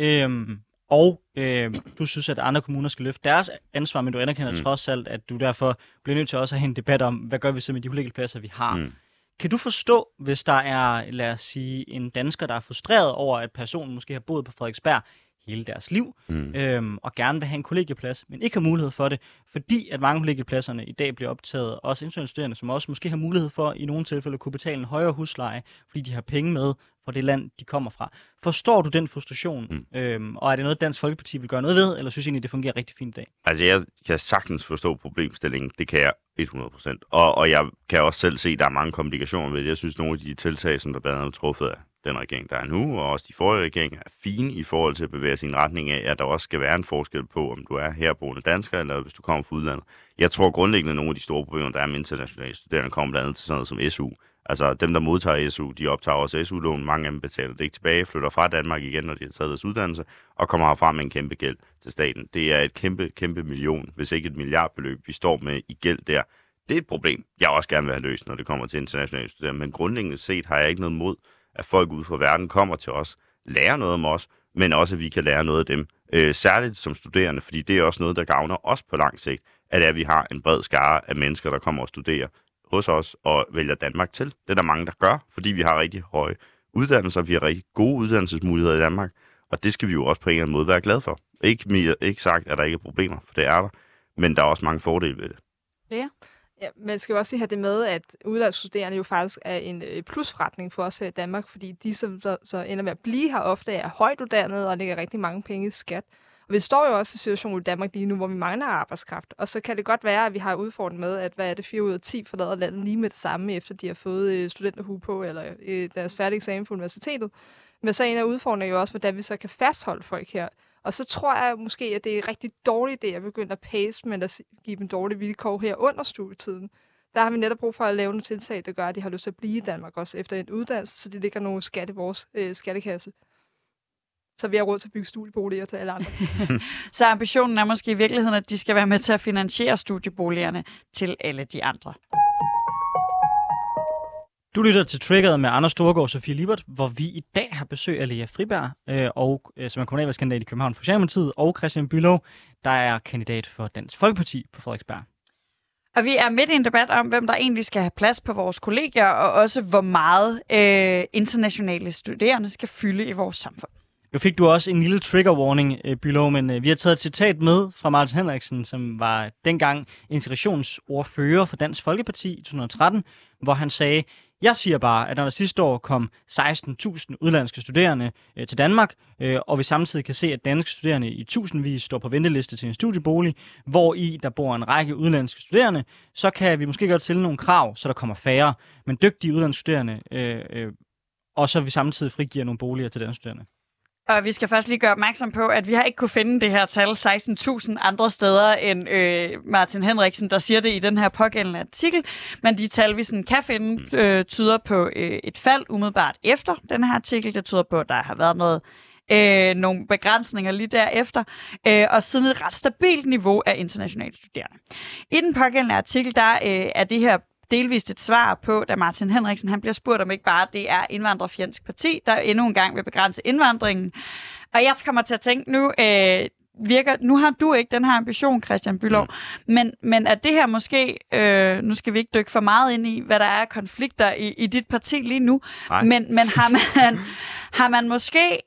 Og du synes, at andre kommuner skal løfte deres ansvar, men du anerkender trods alt, at du derfor bliver nødt til også at have en debat om, hvad gør vi så med de kollegiepladser, vi har. Kan du forstå, hvis der er, lad os sige, en dansker, der er frustreret over, at personen måske har boet på Frederiksberg hele deres liv, og gerne vil have en kollegieplads, men ikke har mulighed for det, fordi at mange kollegiepladserne i dag bliver optaget også internationale studerende, som også måske har mulighed for i nogle tilfælde at kunne betale en højere husleje, fordi de har penge med fra det land, de kommer fra. Forstår du den frustration, og er det noget, Dansk Folkeparti vil gøre noget ved, eller synes egentlig, det fungerer rigtig fint i dag? Altså, jeg kan sagtens forstå problemstillingen. Det kan jeg 100%. Og jeg kan også selv se, at der er mange komplikationer ved det. Jeg synes, nogle af de tiltag, som der blandt andet er truffet af den regering, der er nu, og også de forrige regeringer, er fine i forhold til at bevæge sig i en retning af, at der også skal være en forskel på, om du er herboende dansker, eller hvis du kommer fra udlandet. Jeg tror grundlæggende, at nogle af de store problemer, der er med internationale studerende, kommer blandt andet til sådan noget som SU. Altså dem, der modtager SU, de optager også SU-lån. Mange af dem betaler det ikke tilbage, flytter fra Danmark igen, når de har taget deres uddannelse, og kommer herfra med en kæmpe gæld til staten. Det er et kæmpe million, hvis ikke et milliardbeløb, vi står med i gæld der. Det er et problem, jeg også gerne vil have løst, når det kommer til internationale studerende. Men grundlæggende set har jeg ikke noget mod, at folk ude fra verden kommer til os, lærer noget om os, men også at vi kan lære noget af dem. Særligt som studerende, fordi det er også noget, der gavner os på lang sigt, at vi har en bred skare af mennesker, der kommer og studerer hos os og vælger Danmark til. Det er der mange, der gør, fordi vi har rigtig høje uddannelser, vi har rigtig gode uddannelsesmuligheder i Danmark, og det skal vi jo også på en eller anden måde være glade for. Ikke sagt, at der ikke er problemer, for det er der, men der er også mange fordele ved det. Ja. Ja, man skal jo også have det med, at udlandsstuderende jo faktisk er en plusforretning for os her i Danmark, fordi de, som så ender med at blive her, ofte er højt uddannede og lægger rigtig mange penge i skat. Og vi står jo også i situationen i Danmark lige nu, hvor vi mangler arbejdskraft. Og så kan det godt være, at vi har udfordret med, at 4 ud af 10 forlader landet lige med det samme, efter de har fået studenterhue på eller deres færdige eksamen på universitetet. Men så en af udfordringerne jo også, hvordan vi så kan fastholde folk her. Og så tror jeg måske, at det er en rigtig dårlig idé at begynde at pace, men at give dem dårlige vilkår her under studietiden. Der har vi netop brug for at lave nogle tiltag, der gør, at de har lyst til at blive i Danmark også efter en uddannelse, så det ligger nogle skat i vores skattekasse. Så vi har råd til at bygge studieboliger til alle andre. Så ambitionen er måske i virkeligheden, at de skal være med til at finansiere studieboligerne til alle de andre. Du lytter til Triggeret med Anders Storgård og Sofie Lippert, hvor vi i dag har besøg af Lea Friberg, som er kommunalvalgskandidat i København for Socialdemokratiet, og Christian Bülow, der er kandidat for Dansk Folkeparti på Frederiksberg. Og vi er midt i en debat om, hvem der egentlig skal have plads på vores kollegier, og også hvor meget internationale studerende skal fylde i vores samfund. Nu fik du også en lille trigger warning, Bülow, men vi har taget et citat med fra Martin Henriksen, som var dengang integrationsordfører for Dansk Folkeparti i 2013, hvor han sagde: "Jeg siger bare, at når der sidste år kom 16.000 udlandske studerende til Danmark, og vi samtidig kan se, at danske studerende i tusindvis står på venteliste til en studiebolig, hvor i der bor en række udlandske studerende, så kan vi måske godt stille nogle krav, så der kommer færre, men dygtige udlandske studerende, og så vi samtidig frigiver nogle boliger til danske studerende." Og vi skal først lige gøre opmærksom på, at vi har ikke kunne finde det her tal 16.000 andre steder end Martin Henriksen, der siger det i den her pågældende artikel. Men de tal, vi sådan kan finde, tyder på et fald umiddelbart efter den her artikel. Det tyder på, at der har været nogle begrænsninger lige derefter, og siden et ret stabilt niveau af internationale studerende. I den pågældende artikel, der er det her delvist et svar på, da Martin Henriksen han bliver spurgt, om ikke bare det er indvandrerfjendsk parti, der endnu en gang vil begrænse indvandringen. Og jeg kommer til at tænke, nu har du ikke den her ambition, Christian Bülow, men er det her måske, nu skal vi ikke dykke for meget ind i, hvad der er konflikter i dit parti lige nu, men har man måske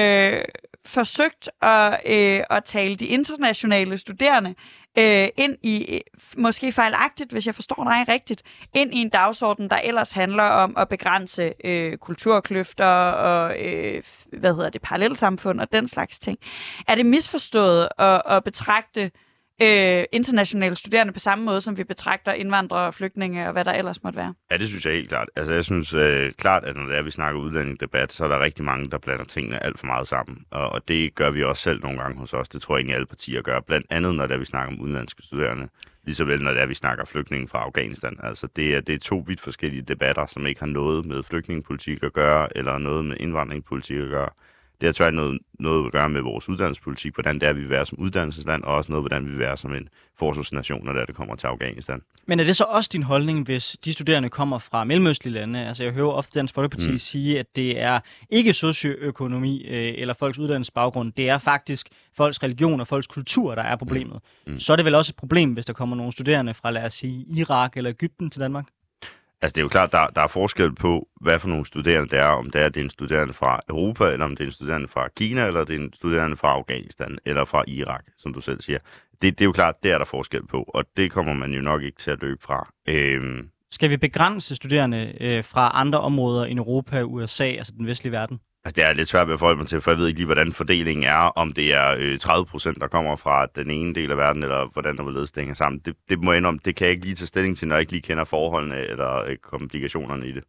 forsøgt at tale de internationale studerende ind i, måske fejlagtigt, hvis jeg forstår dig rigtigt, ind i en dagsorden, der ellers handler om at begrænse kulturkløfter og parallelsamfund og den slags ting. Er det misforstået at betragte internationale studerende på samme måde, som vi betragter indvandrere og flygtninge og hvad der ellers måtte være? Ja, det synes jeg helt klart. Altså, jeg synes klart, at når vi snakker udlændingedebat, så er der rigtig mange, der blander tingene alt for meget sammen. Og det gør vi også selv nogle gange hos os. Det tror jeg egentlig, alle partier gør. Blandt andet, når vi snakker om udenlandske studerende. Ligesåvel, når vi snakker flygtninge fra Afghanistan. Altså, det er to vidt forskellige debatter, som ikke har noget med flygtningepolitik at gøre, eller noget med indvandringspolitik at gøre. Det har tværtimod noget at gøre med vores uddannelsespolitik, hvordan det er, vi vil være som uddannelsesland, og også noget, hvordan vi vil være som en forsvarsnation, når det kommer til Afghanistan. Men er det så også din holdning, hvis de studerende kommer fra mellemøstlige lande? Altså jeg hører ofte Dansk Folkeparti sige, at det er ikke socioøkonomi eller folks uddannelsesbaggrund, det er faktisk folks religion og folks kultur, der er problemet. Så er det vel også et problem, hvis der kommer nogle studerende fra, lad os sige, Irak eller Egypten til Danmark? Altså, det er jo klart, der er forskel på, hvad for nogle studerende det er. Om det er en studerende fra Europa, eller om det er en studerende fra Kina, eller det er en studerende fra Afghanistan, eller fra Irak, som du selv siger. Det er jo klart, det er der forskel på, og det kommer man jo nok ikke til at løbe fra. Skal vi begrænse studerende fra andre områder end Europa og USA, altså den vestlige verden? Altså, det er lidt svært ved at forholde mig til, for jeg ved ikke lige, hvordan fordelingen er, om det er 30%, der kommer fra den ene del af verden, eller hvordan der vil ledes det hænger sammen. Det må jeg indrømme, det kan jeg ikke lige tage stilling til, når jeg ikke lige kender forholdene eller komplikationerne i det.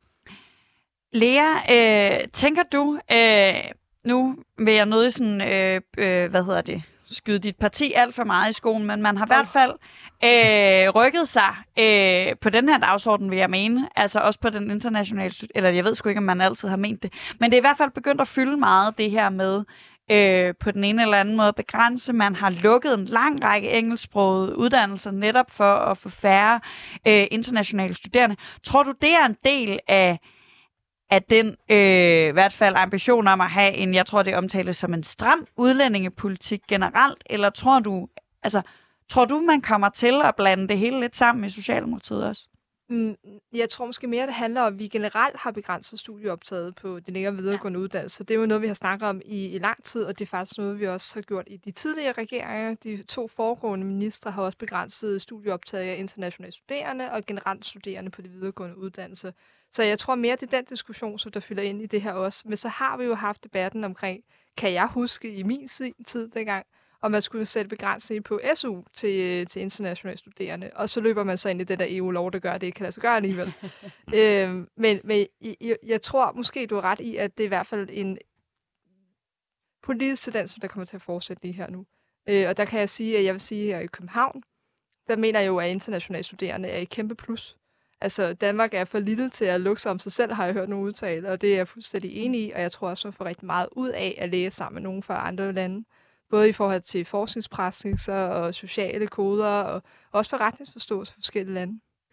Lea, tænker du, nu vil jeg nødig sådan, skyde dit parti alt for meget i skoen, men man har i hvert fald rykket sig på den her dagsorden, vil jeg mene. Altså også på den internationale, eller jeg ved sgu ikke, om man altid har ment det. Men det er i hvert fald begyndt at fylde meget det her med på den ene eller anden måde begrænse. Man har lukket en lang række engelsksprogede uddannelser netop for at få færre internationale studerende. Tror du, det er en del af den i hvert fald ambition om at have en, jeg tror det omtales som en stram udlændingepolitik generelt, eller tror du man kommer til at blande det hele lidt sammen i Socialdemokratiet også? Jeg tror måske mere, det handler om, at vi generelt har begrænset studieoptaget på de længere videregående uddannelser. Det er jo noget, vi har snakket om i lang tid, og det er faktisk noget, vi også har gjort i de tidligere regeringer. De 2 foregående ministre har også begrænset studieoptaget af internationale studerende og generelt studerende på de videregående uddannelser. Så jeg tror mere, det er den diskussion, som der fylder ind i det her også. Men så har vi jo haft debatten omkring, kan jeg huske i min tid dengang, om man skulle sætte begrænsning på SU til internationale studerende. Og så løber man så ind i det der EU-lov, der gør, at det ikke kan lade sig gøre alligevel. Men jeg tror måske, du har ret i, at det er i hvert fald en politisk tendens, der kommer til at fortsætte lige her nu. Og der kan jeg sige, at jeg vil sige her i København, der mener jeg jo, at internationale studerende er et kæmpe plus. Altså, Danmark er for lille til at lukke sig om sig selv, har jeg hørt nogle udtale, og det er jeg fuldstændig enig i, og jeg tror også, man får rigtig meget ud af at læse sammen med nogen fra andre lande. Både i forhold til forskningspraktiser og sociale koder, og også forretningsforståelse for forskellige lande.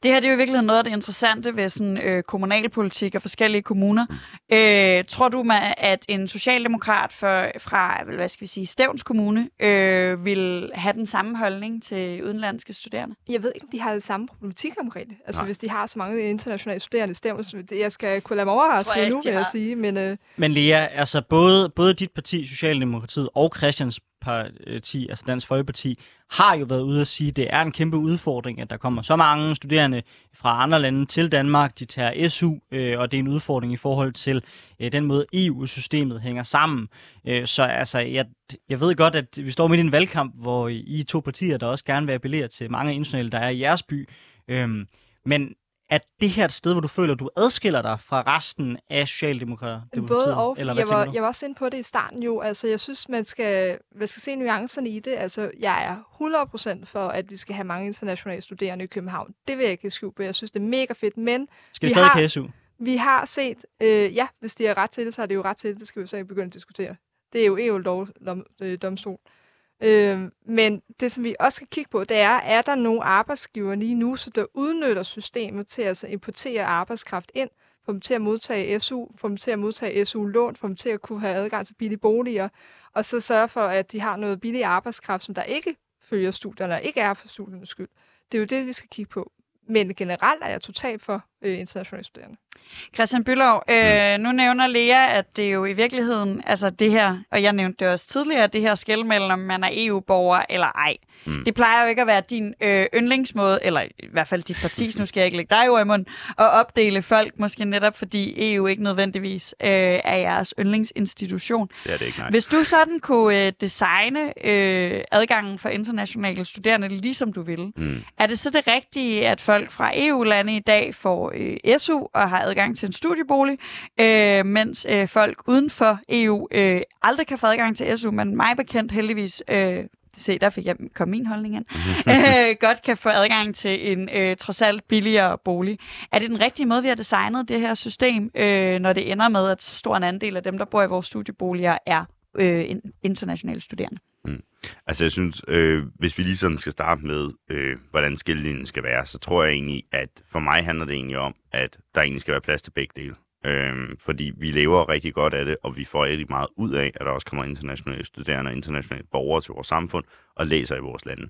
Det her det er jo i virkeligheden noget af det interessante ved sådan, kommunalpolitik og forskellige kommuner. Tror du, at en socialdemokrat fra hvad skal vi sige, Stevns Kommune vil have den samme holdning til udenlandske studerende? Jeg ved ikke, om de har det samme problematik omkring det. Altså, hvis de har så mange internationale studerende i Stevns, jeg skal kunne lade mig overraske nu, vil jeg sige. Men Lea, altså både dit parti, Socialdemokratiet, og Christians parti, altså Dansk Folkeparti, har jo været ude at sige, at det er en kæmpe udfordring, at der kommer så mange studerende fra andre lande til Danmark. De tager SU, og det er en udfordring i forhold til den måde EU-systemet hænger sammen. Så altså, jeg ved godt, at vi står midt i en valgkamp, hvor I er to partier, der også gerne vil appellere til mange internationale, der er i jeres by. Men at det her et sted, hvor du føler, du adskiller dig fra resten af Socialdemokratiet? Både og, fordi jeg var også inde på det i starten jo. Altså, jeg synes, man skal se nuancerne i det. Altså, jeg er 100% for, at vi skal have mange internationale studerende i København. Det vil jeg ikke skjule på. Jeg synes, det er mega fedt, men... Skal det stadig have SU? Vi har set... ja, hvis de har ret til det, så har det jo ret til det. Det skal vi så ikke begynde at diskutere. Det er jo EU-domstol. Men det, som vi også skal kigge på, det er der nogle arbejdsgiver lige nu, så der udnytter systemet til at importere arbejdskraft ind, få dem til at modtage SU, få dem til at modtage SU-lån, få dem til at kunne have adgang til billige boliger, og så sørge for, at de har noget billig arbejdskraft, som der ikke følger studierne, og ikke er for studiernes skyld. Det er jo det, vi skal kigge på. Men generelt er jeg totalt for internationale studerende. Christian Bülow, nu nævner Lea, at det jo i virkeligheden, altså det her, og jeg nævnte det også tidligere, det her skel mellem, om man er EU-borger eller ej. Det plejer jo ikke at være din yndlingsmåde, eller i hvert fald dit partis, nu skal jeg ikke lægge dig i munden, at opdele folk, måske netop fordi EU ikke nødvendigvis er jeres yndlingsinstitution. Det er det ikke, nej. Hvis du sådan kunne designe adgangen for internationale studerende, ligesom du ville, er det så det rigtige, at folk fra EU-lande i dag får SU og har adgang til en studiebolig, mens folk uden for EU aldrig kan få adgang til SU, men mig bekendt heldigvis... Se, der fik jeg min holdning ind. Godt kan få adgang til en trods alt billigere bolig. Er det den rigtige måde, vi har designet det her system, når det ender med, at så stor en andel af dem, der bor i vores studieboliger, er internationale studerende? Altså jeg synes, hvis vi lige sådan skal starte med, hvordan skillelinjen skal være, så tror jeg egentlig, at for mig handler det egentlig om, at der egentlig skal være plads til begge dele. Fordi vi lever rigtig godt af det, og vi får rigtig meget ud af, at der også kommer internationale studerende og internationale borgere til vores samfund og læser i vores lande.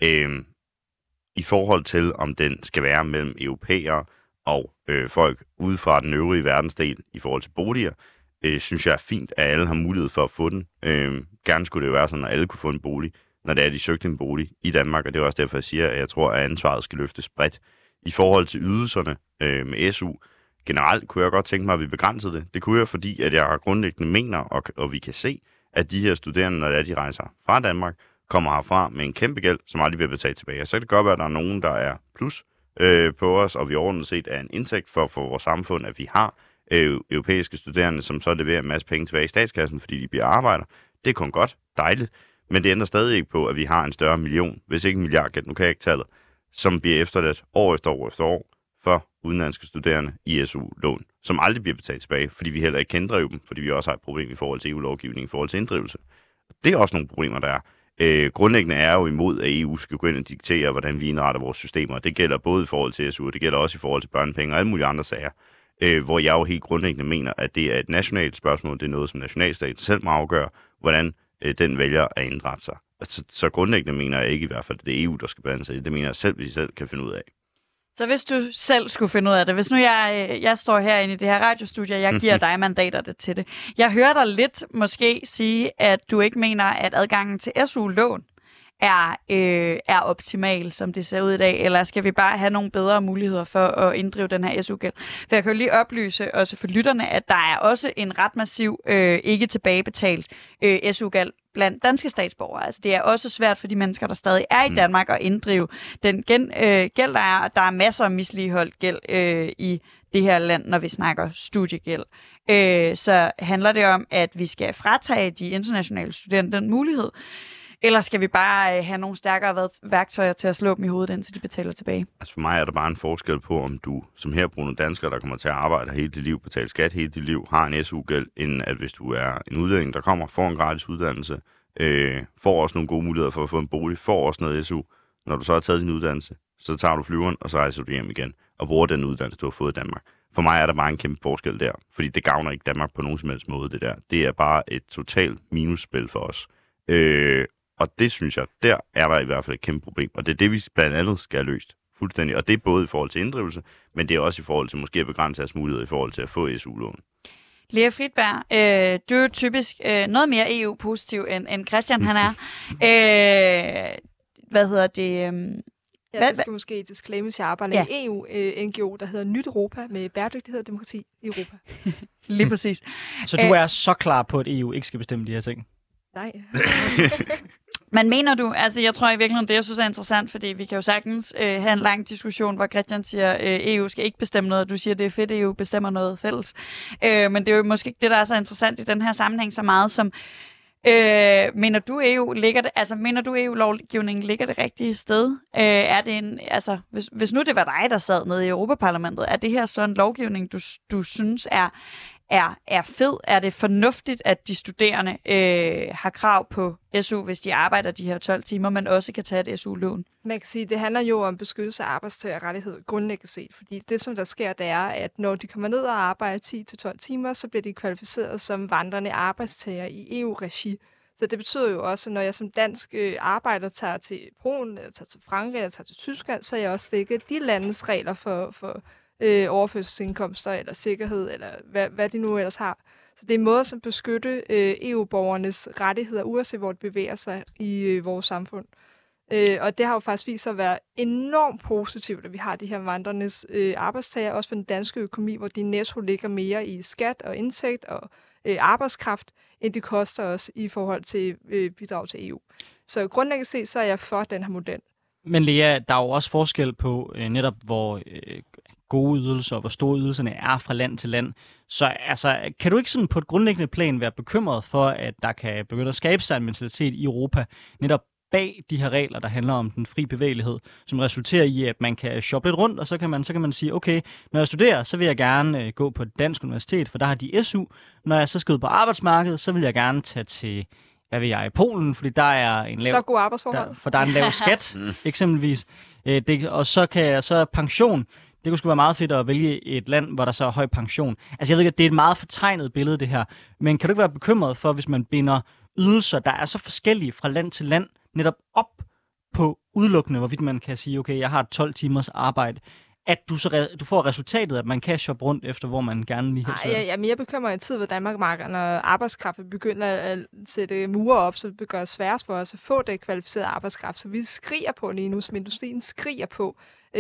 I forhold til, om den skal være mellem europæere og folk ude fra den øvrige verdensdel i forhold til boliger, synes jeg er fint, at alle har mulighed for at få den. Gerne skulle det jo være sådan, at alle kunne få en bolig, når det er, de søgte en bolig i Danmark, og det er også derfor, jeg siger, at jeg tror, at ansvaret skal løftes bredt. I forhold til ydelserne med SU, generelt kunne jeg godt tænke mig, at vi begrænsede det. Det kunne jeg, fordi at jeg grundlæggende mener, og vi kan se, at de her studerende, når de rejser fra Danmark, kommer herfra med en kæmpe gæld, som aldrig bliver betalt tilbage. Så kan det godt være, at der er nogen, der er plus på os, og vi overordnet set er en indtægt for vores samfund, at vi har europæiske studerende, som så leverer en masse penge tilbage i statskassen, fordi de bliver arbejder. Det er kun godt, dejligt, men det ændrer stadig ikke på, at vi har en større million, hvis ikke en milliard, nu kan jeg ikke tallet, som bliver efterladt år efter år efter år for udenlandske studerende i SU-lån, som aldrig bliver betalt tilbage, fordi vi heller ikke kan inddrive dem, fordi vi også har et problem i forhold til EU-lovgivning, i forhold til inddrivelse. Det er også nogle problemer, der er. Grundlæggende er jo imod, at EU skal gå ind og diktere, hvordan vi indretter vores systemer. Det gælder både i forhold til SU, og det gælder også i forhold til børnepenge og alle mulige andre sager, hvor jeg jo helt grundlæggende mener, at det er et nationalt spørgsmål. Det er noget, som nationalstaten selv må afgøre, hvordan den vælger at indrette sig. Så grundlæggende mener jeg ikke i hvert fald, at det er EU, der skal blande sig i det. Det mener jeg selv, hvis I selv kan finde ud af. Så hvis du selv skulle finde ud af det, hvis nu jeg står herinde i det her radiostudie, og jeg giver dig mandater til det. Jeg hører dig lidt måske sige, at du ikke mener, at adgangen til SU-lån er optimal, som det ser ud i dag, eller skal vi bare have nogle bedre muligheder for at inddrive den her SU-gæld? For jeg kan jo lige oplyse også for lytterne, at der er også en ret massiv ikke tilbagebetalt SU-gæld blandt danske statsborgere. Altså det er også svært for de mennesker, der stadig er i Danmark, at inddrive den gæld, der er. Der er masser af misligeholdt gæld i det her land, når vi snakker studiegæld. Så handler det om, at vi skal fratage de internationale studerende den mulighed, eller skal vi bare have nogle stærkere værktøjer til at slå dem i hovedet, indtil de betaler tilbage? Altså for mig er der bare en forskel på, om du som herboende dansker, der kommer til at arbejde hele dit liv, betale skat hele dit liv, har en SU-gæld, end at hvis du er en udlænding, der kommer, får en gratis uddannelse, får også nogle gode muligheder for at få en bolig, får også noget SU, når du så har taget din uddannelse, så tager du flyveren, og så rejser du hjem igen, og bruger den uddannelse, du har fået i Danmark. For mig er der bare en kæmpe forskel der, fordi det gavner ikke Danmark på nogen som helst måde, det der. Det er bare et totalt minusspil for os. Og det synes jeg, der er der i hvert fald et kæmpe problem, og det er det, vi blandt andet skal have løst fuldstændig. Og det er både i forhold til inddrivelse, men det er også i forhold til måske at begrænse deres muligheder i forhold til at få SU-lån. Lea Fridberg, du er jo typisk noget mere EU-positiv, end Christian han er. Hvad hedder det? Ja, det skal måske disclaimes, jeg arbejder i EU-NGO, der hedder Nyt Europa, med bæredygtighed og demokrati i Europa. Lige præcis. Så du er så klar på, at EU ikke skal bestemme de her ting? Nej. Men mener du, altså jeg tror i virkeligheden, det jeg synes er interessant, fordi vi kan jo sagtens have en lang diskussion, hvor Christian siger, EU skal ikke bestemme noget, og du siger, det er fedt, EU bestemmer noget fælles. Men det er jo måske ikke det, der er så interessant i den her sammenhæng så meget som, mener du EU-lovgivningen ligger det rigtige sted? Er det hvis nu det var dig, der sad nede i Europaparlamentet, er det her så en lovgivning, du synes er fed? Er det fornuftigt, at de studerende har krav på SU, hvis de arbejder de her 12 timer, men også kan tage et SU-lån? Man kan sige, det handler jo om beskyttelse af arbejdstagerrettighed grundlæggende set, fordi det, som der sker, det er, at når de kommer ned og arbejder 10-12 timer, så bliver de kvalificeret som vandrende arbejdstager i EU-regi. Så det betyder jo også, at når jeg som dansk arbejder tager til Polen, eller tager til Frankrig, eller tager til Tyskland, så er jeg også dækket de landes regler for overførselsindkomster eller sikkerhed, eller hvad de nu ellers har. Så det er en måde som beskytte EU-borgernes rettigheder, uanset hvor de bevæger sig i vores samfund. Og det har jo faktisk vist sig at være enormt positivt, at vi har de her vandrernes arbejdstager, også for den danske økonomi, hvor de netto ligger mere i skat og indtægt og arbejdskraft, end det koster os i forhold til bidrag til EU. Så grundlæggende set, så er jeg for den her model. Men Lea, der er jo også forskel på netop, hvor gode ydelser og hvor store ydelserne er fra land til land. Så altså, kan du ikke sådan på et grundlæggende plan være bekymret for, at der kan begynde at skabe sig en mentalitet i Europa, netop bag de her regler, der handler om den fri bevægelighed, som resulterer i, at man kan shoppe lidt rundt, og så kan man sige, okay, når jeg studerer, så vil jeg gerne gå på et dansk universitet, for der har de SU. Når jeg så skal ud på arbejdsmarkedet, så vil jeg gerne tage til, hvad ved jeg, i Polen, fordi der er en lav... Så god arbejdsforhold. For der er en lav skat, eksempelvis. Og så kan jeg så pension. Det kunne sgu være meget fedt at vælge et land, hvor der så er høj pension. Altså jeg ved ikke, at det er et meget fortegnet billede, det her. Men kan du ikke være bekymret for, hvis man binder ydelser, der er så forskellige fra land til land, netop op på udelukkende, hvorvidt man kan sige, okay, jeg har 12 timers arbejde, at du får resultatet, at man kan shoppe rundt efter, hvor man gerne lige helst vil. Jeg er mere bekymret i en tid, hvor Danmark markerer, når arbejdskraft begynder at sætte mure op, så det gør det sværest for os at få det kvalificerede arbejdskraft. Så vi skriger på lige nu, som industrien skriger på.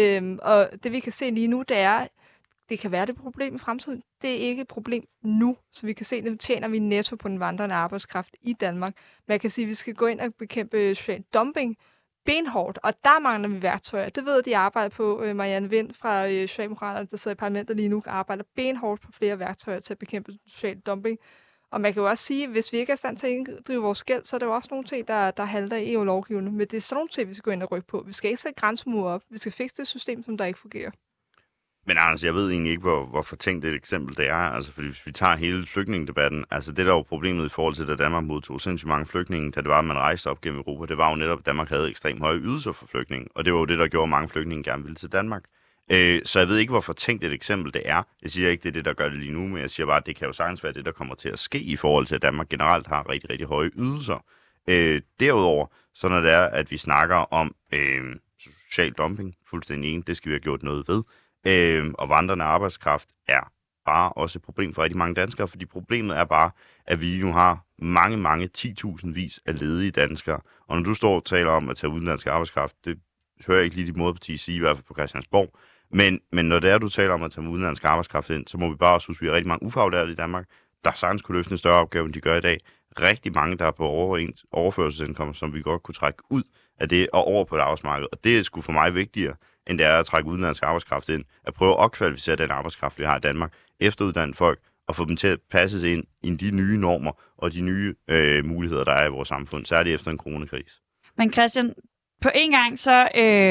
Og det vi kan se lige nu, det er, det kan være det problem i fremtiden. Det er ikke et problem nu, så vi kan se, at tjener vi netto på den vandrende arbejdskraft i Danmark. Men jeg kan sige, at vi skal gå ind og bekæmpe social dumping benhårdt, og der mangler vi værktøjer. Det ved de arbejder på. Marianne Vind fra Socialdemokraterne, der sidder i parlamentet lige nu, arbejder benhårdt på flere værktøjer til at bekæmpe social dumping. Og man kan jo også sige, at hvis vi ikke er i stand til at inddrive vores gæld, så er der jo også nogle ting, der halter i EU-lovgivningen. Men det er sådan nogle ting, vi skal gå ind og rykke på. Vi skal ikke sætte grænsemure op. Vi skal fikse det system, som der ikke fungerer. Men Anders, jeg ved egentlig ikke, hvor fortænkt et eksempel det er. Altså, fordi hvis vi tager hele flygtningedebatten, altså det der var problemet i forhold til, da Danmark modtog sindssygt mange flygtninge, da det var, at man rejste op gennem Europa, det var jo netop, at Danmark havde ekstremt høje ydelser for flygtninge. Og det var jo det, der gjorde, at mange flygtninge gerne ville til Danmark. Så jeg ved ikke, hvor fortænkt et eksempel det er. Jeg siger ikke, det er det, der gør det lige nu, men jeg siger bare, at det kan jo sagtens være det, der kommer til at ske i forhold til, at Danmark generelt har rigtig, rigtig høje ydelser. Derudover, så når det er, at vi snakker om social dumping, fuldstændig enig, det skal vi have gjort noget ved. Og vandrende arbejdskraft er bare også et problem for rigtig mange danskere, fordi problemet er bare, at vi nu har mange 10.000 af ledige danskere. Og når du står og taler om at tage udenlandsk arbejdskraft, det hører jeg ikke lige dit moderparti sige, i hvert fald på Christiansborg. Men når det er, du taler om at tage udenlandsk arbejdskraft ind, så må vi bare også huske, at vi har rigtig mange ufaglærte i Danmark, der sagtens kunne løfte en større opgave, end de gør i dag. Rigtig mange, der er på overførselsindkomst, som vi godt kunne trække ud af det og over på et arbejdsmarked. Og det er sgu for mig vigtigere, end det er at trække udenlandsk arbejdskraft ind. At prøve at opkvalificere den arbejdskraft, vi har i Danmark, efteruddanne folk og få dem til at passe ind i de nye normer og de nye muligheder, der er i vores samfund, særligt efter en coronakrise. Men Christian, på en gang så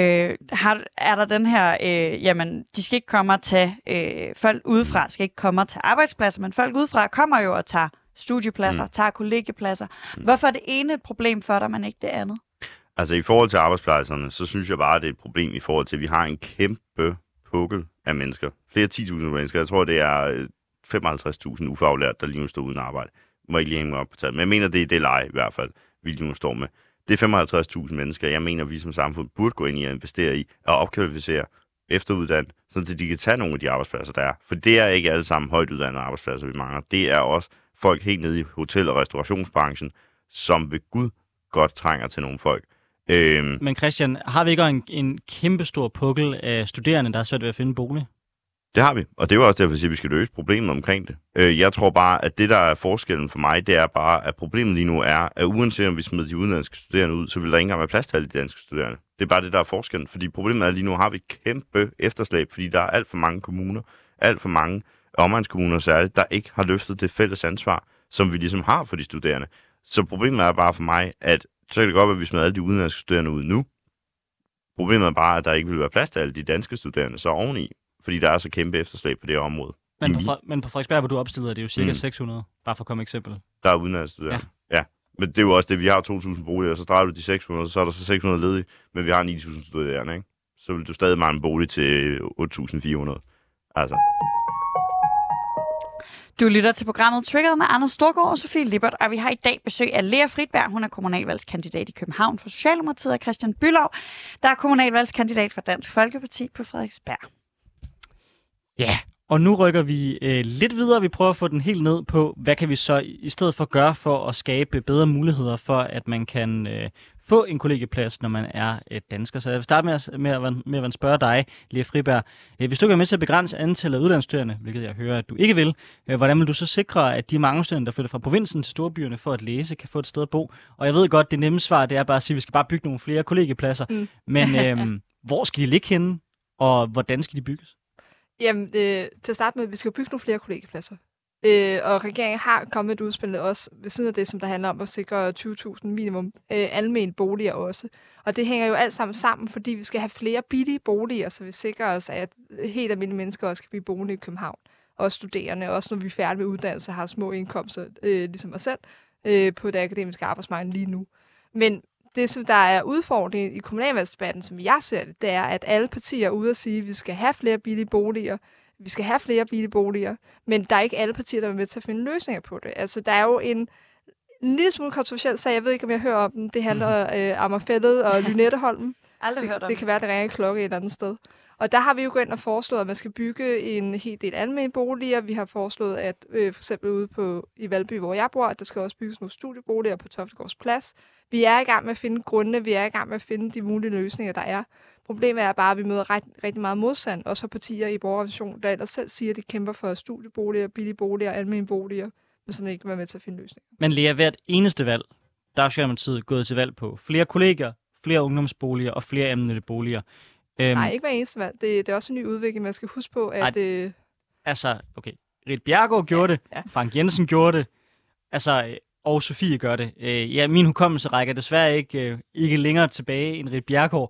er der den her, jamen, de skal ikke komme og tage folk udefra, skal ikke komme og tage arbejdspladser, men folk udefra kommer jo og tager studiepladser, tager kollegiepladser. Hvorfor er det ene et problem for dig, men ikke det andet? Altså i forhold til arbejdspladserne, så synes jeg bare, at det er et problem i forhold til, at vi har en kæmpe pukkel af mennesker. Flere 10.000 mennesker. Jeg tror, det er 55.000 ufaglært, der lige nu står uden arbejde. Må ikke lige hænge mig op på taget. Men jeg mener, det er det leje i hvert fald, vi lige nu står med. Det er 55.000 mennesker, jeg mener, vi som samfund burde gå ind i at investere i og opkvalificere, efteruddanne, så de kan tage nogle af de arbejdspladser, der er. For det er ikke alle sammen højt uddannede arbejdspladser, vi mangler. Det er også folk helt nede i hotel- og restaurationsbranchen, som ved Gud godt trænger til nogle folk. Men Christian, har vi ikke en kæmpe stor pukkel af studerende, der er svært ved at finde bolig? Det har vi, og det er jo også derfor, at vi skal løse problemet omkring det. Jeg tror bare, at det, der er forskellen for mig, det er bare, at problemet lige nu er, at uanset om vi smider de udenlandske studerende ud, så vil der ikke engang være plads til alle de danske studerende. Det er bare det, der er forskellen, fordi problemet er, at lige nu har vi kæmpe efterslæb, fordi der er alt for mange kommuner, alt for mange omegnskommuner særligt, der ikke har løftet det fælles ansvar, som vi ligesom har for de studerende. Så problemet er bare for mig, at så kan det godt være, at vi smider alle de udenlandske studerende ud nu. Problemet er bare, at der ikke vil være plads til alle de danske studerende så oveni, fordi der er så kæmpe efterslæb på det her område. Men på Frederiksberg, hvor du opstiller, det er jo cirka 600, bare for at komme eksempel. Der er udenlandske studerende. Ja. Men det er jo også det, vi har 2.000 boliger, så drejer du de 600, så er der så 600 ledige, men vi har 9.000 studerende, ikke? Så vil du stadig mangle en bolig til 8.400. Altså. Du lytter til programmet Triggered med Anders Storgård og Sofie Lippert, og vi har i dag besøg af Lea Fridberg. Hun er kommunalvalgskandidat i København for Socialdemokratiet, og Christian Bülow, der er kommunalvalgskandidat for Dansk Folkeparti på Frederiksberg. Ja, og nu rykker vi lidt videre. Vi prøver at få den helt ned på, hvad kan vi så i stedet for gøre for at skabe bedre muligheder for, at man kan få en kollegieplads, når man er dansker. Så jeg vil starte med at spørge dig, Lea Fridberg. Hvis du kan med til at begrænse antallet af uddannelsesstuderende, hvilket jeg hører, at du ikke vil, hvordan vil du så sikre, at de mange studerende, der flytter fra provinsen til storbyerne for at læse, kan få et sted at bo? Og jeg ved godt, det nemme svar, det er bare at sige, at vi skal bare bygge nogle flere kollegiepladser. Men hvor skal de ligge henne, og hvordan skal de bygges? Jamen, til at starte med, at vi skal bygge nogle flere kollegiepladser. Og regeringen har kommet et udspil også ved siden af det, som der handler om at sikre 20.000 minimum almene boliger også. Og det hænger jo alt sammen, fordi vi skal have flere billige boliger, så vi sikrer os, at helt almindelige mennesker også kan blive boende i København. Og studerende, også når vi er færdige med uddannelse, har små indkomster, ligesom os selv, på det akademiske arbejdsmarked lige nu. Men det, som der er udfordringen i kommunalvalgsdebatten, som jeg ser det, det er, at alle partier er ude at sige, at vi skal have flere billige boliger, men der er ikke alle partier, der er med til at finde løsninger på det. Altså, der er jo en lille smule kontroversiel sag, jeg ved ikke, om jeg hører om den. Det handler om Amagerfælled og Lynetteholmen. Aldrig hørt om det kan være, det ringer en klokke et eller andet sted. Og der har vi jo gået ind og foreslået, at man skal bygge en hel del almene boliger. Vi har foreslået, at for eksempel ude i Valby, hvor jeg bor, at der skal også bygges nogle studieboliger på Toftegårds Plads. Vi er i gang med at finde grundene, vi er i gang med at finde de mulige løsninger, der er. Problemet er bare, at vi møder rigtig meget modstand, også fra partier i borgerorganisationen, der ellers selv siger, at de kæmper for studieboliger, billige boliger, almene boliger, men som ikke vil være med til at finde løsninger. Men Lea, hvert eneste valg, der er Socialdemokratiet gået til valg på flere kolleger, flere ungdomsboliger og flere almene boliger. Nej, ikke hver eneste valg. Det er også en ny udvikling. Man skal huske på, at... Altså, okay. Ritt Bjerregaard gjorde det. Ja. Frank Jensen gjorde det. Altså, og Sofie gør det. Ja, min hukommelse rækker desværre ikke længere tilbage end Ritt Bjerregaard.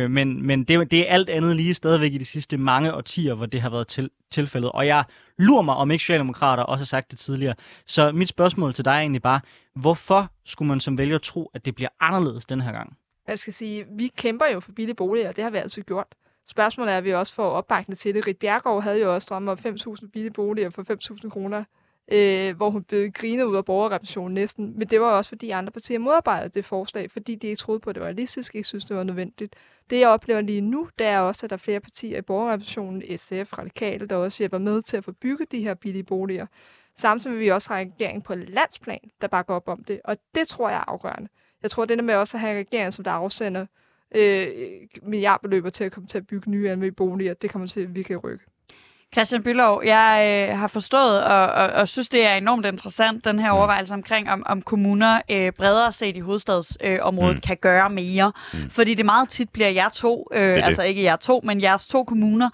Men det er alt andet lige stadigvæk i de sidste mange årtier, hvor det har været tilfældet. Og jeg lurer mig, om ikke socialdemokrater også har sagt det tidligere. Så mit spørgsmål til dig er egentlig bare, hvorfor skulle man som vælger tro, at det bliver anderledes den her gang? Jeg skal sige, vi kæmper jo for billige boliger, og det har vi altid gjort. Spørgsmålet er, at vi også får opbakning til det. Ritt Bjerregaard havde jo også drømme om 5.000 billige boliger for 5.000 kroner, hvor hun blev grinet ud af borgerrepræsentationen næsten. Men det var også, fordi andre partier modarbejdede det forslag, fordi de ikke troede på, at det var realistisk, ikke synes, det var nødvendigt. Det, jeg oplever lige nu, det er også, at der er flere partier i borgerrepræsentationen, SF, Radikale, der også hjælper med til at få bygget de her billige boliger. Samtidig vil vi også have en regering på landsplan, der bakker op om det, og det tror jeg er afgørende. Jeg tror, det der med også at have en regering, som der afsender milliardbeløber til at komme til at bygge nye almene boliger, det kommer til at virkelig rykke. Christian Bülow, jeg har forstået og synes, det er enormt interessant, den her overvejelse omkring, om kommuner bredere set i hovedstadsområdet kan gøre mere. Fordi det meget tit bliver jer to, altså ikke jer to, men jeres to kommuner,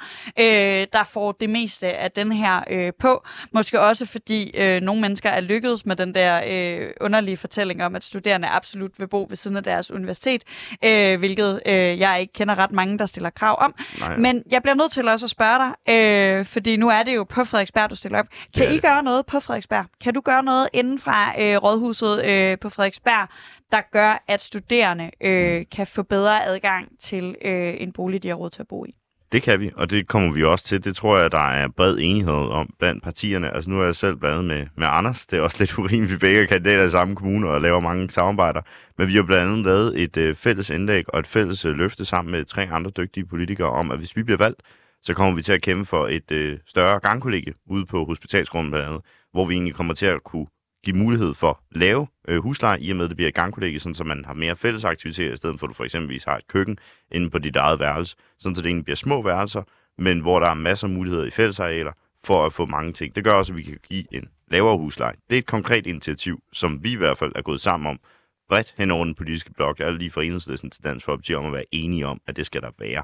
der får det meste af den her på. Måske også fordi nogle mennesker er lykkedes med den der underlige fortælling om, at studerende absolut vil bo ved siden af deres universitet, hvilket jeg ikke kender ret mange, der stiller krav om. Nej. Men jeg bliver nødt til også at spørge dig, fordi nu er det jo på Frederiksberg, du stiller op. Kan I gøre noget på Frederiksberg? Kan du gøre noget inden fra rådhuset på Frederiksberg, der gør, at studerende kan få bedre adgang til en bolig, de har råd til at bo i? Det kan vi, og det kommer vi også til. Det tror jeg, der er bred enighed om blandt partierne. Altså nu er jeg selv blandt med Anders. Det er også lidt urimeligt, vi begge er kandidater i samme kommune og laver mange samarbejder. Men vi har blandt andet lavet et fælles indlæg og et fælles løfte sammen med 3 andre dygtige politikere om, at hvis vi bliver valgt, så kommer vi til at kæmpe for et større gangkollegie ude på hospitalsgrunden blandt andet, hvor vi egentlig kommer til at kunne give mulighed for lave husleje, i og med, at det bliver et gangkollegie, sådan så man har mere fælles aktiviteter, i stedet for at du for eksempelvis har et køkken inde på dit eget værelse, sådan så det egentlig bliver små værelser, men hvor der er masser af muligheder i fællesarealer for at få mange ting. Det gør også, at vi kan give en lavere husleje. Det er et konkret initiativ, som vi i hvert fald er gået sammen om, bredt hen over den politiske blok, alle lige fra Enhedslisten til Dansk Folkeparti, om at være enige om, at det skal der være.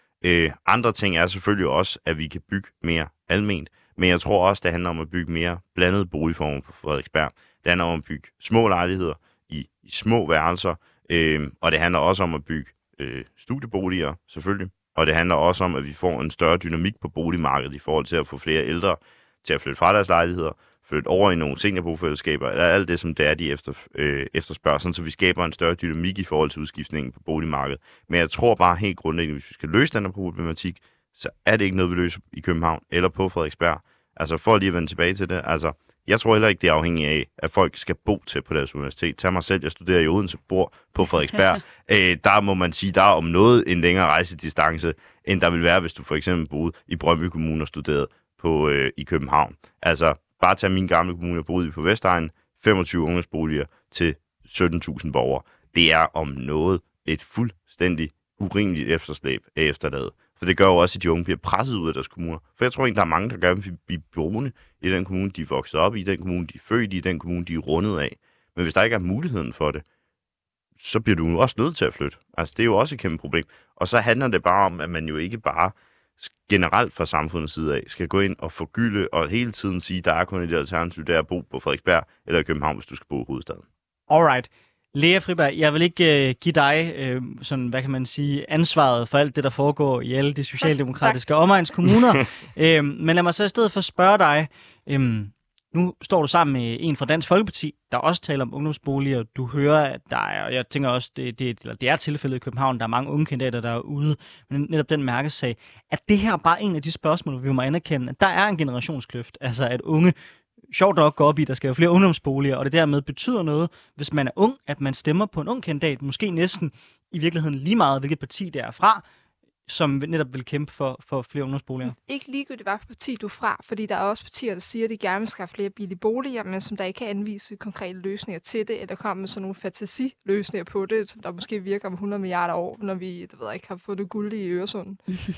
Andre ting er selvfølgelig også, at vi kan bygge mere alment, men jeg tror også, det handler om at bygge mere blandede boligformer på Frederiksberg. Det handler om at bygge små lejligheder i små værelser, og det handler også om at bygge studieboliger, selvfølgelig. Og det handler også om, at vi får en større dynamik på boligmarkedet i forhold til at få flere ældre til at flytte fra deres lejligheder, flytte over i nogle seniorbofællesskaber, eller alt det, som det er, de efterspørger, sådan, så vi skaber en større dynamik i forhold til udskiftningen på boligmarkedet. Men jeg tror bare helt grundlæggende, hvis vi skal løse den her problematik, så er det ikke noget, vi løser i København eller på Frederiksberg. Altså for lige at vende tilbage til det, altså jeg tror heller ikke, det er afhængigt af, at folk skal bo til på deres universitet. Tag mig selv, jeg studerer i Odense, bor på Frederiksberg. Der må man sige, der er om noget en længere rejsedistance, end der vil være, hvis du for eksempel boede i Brøndby Kommune og studerede i København. Altså bare tag min gamle kommune, jeg boede i på Vestegnen, 25 ungdomsboliger til 17.000 borgere. Det er om noget et fuldstændig urimeligt efterslæb af efterladet. For det gør jo også, at de unge bliver presset ud af deres kommuner. For jeg tror ikke, der er mange, der gerne vil blive boende i den kommune, de er vokset op i, den kommune, de er født i, den kommune, de er rundet af. Men hvis der ikke er muligheden for det, så bliver du også nødt til at flytte. Altså, det er jo også et kæmpe problem. Og så handler det bare om, at man jo ikke bare generelt fra samfundets side af skal gå ind og forgylde og hele tiden sige, at der er kun et alternativ, der er at bo på Frederiksberg eller i København, hvis du skal bo i hovedstaden. Alright. Lea Friberg, jeg vil ikke give dig sådan, hvad kan man sige, ansvaret for alt det, der foregår i alle de socialdemokratiske omegnskommuner. Men lad mig så i stedet for spørge dig, nu står du sammen med en fra Dansk Folkeparti, der også taler om ungdomsboliger. Du hører, at der er, og jeg tænker også, det er tilfældet i København, der er mange unge kandidater, der er ude, men netop den mærkesag. Er det her bare en af de spørgsmål, vi må anerkende, at der er en generationskløft, altså at unge sjovt nok går op i, at der skal være flere ungdomsboliger, og det dermed betyder noget, hvis man er ung, at man stemmer på en ung kandidat, måske næsten i virkeligheden lige meget, hvilket parti det er fra, som netop vil kæmpe for flere ungdomsboliger? Ikke ligegyldigt, hvad parti du er fra, fordi der er også partier, der siger, at de gerne vil skaffe flere billige boliger, men som der ikke kan anvise konkrete løsninger til det, eller komme med sådan nogle fantasiløsninger på det, som der måske virker om 100 milliarder år, når vi ikke har fået det guld i Øresund.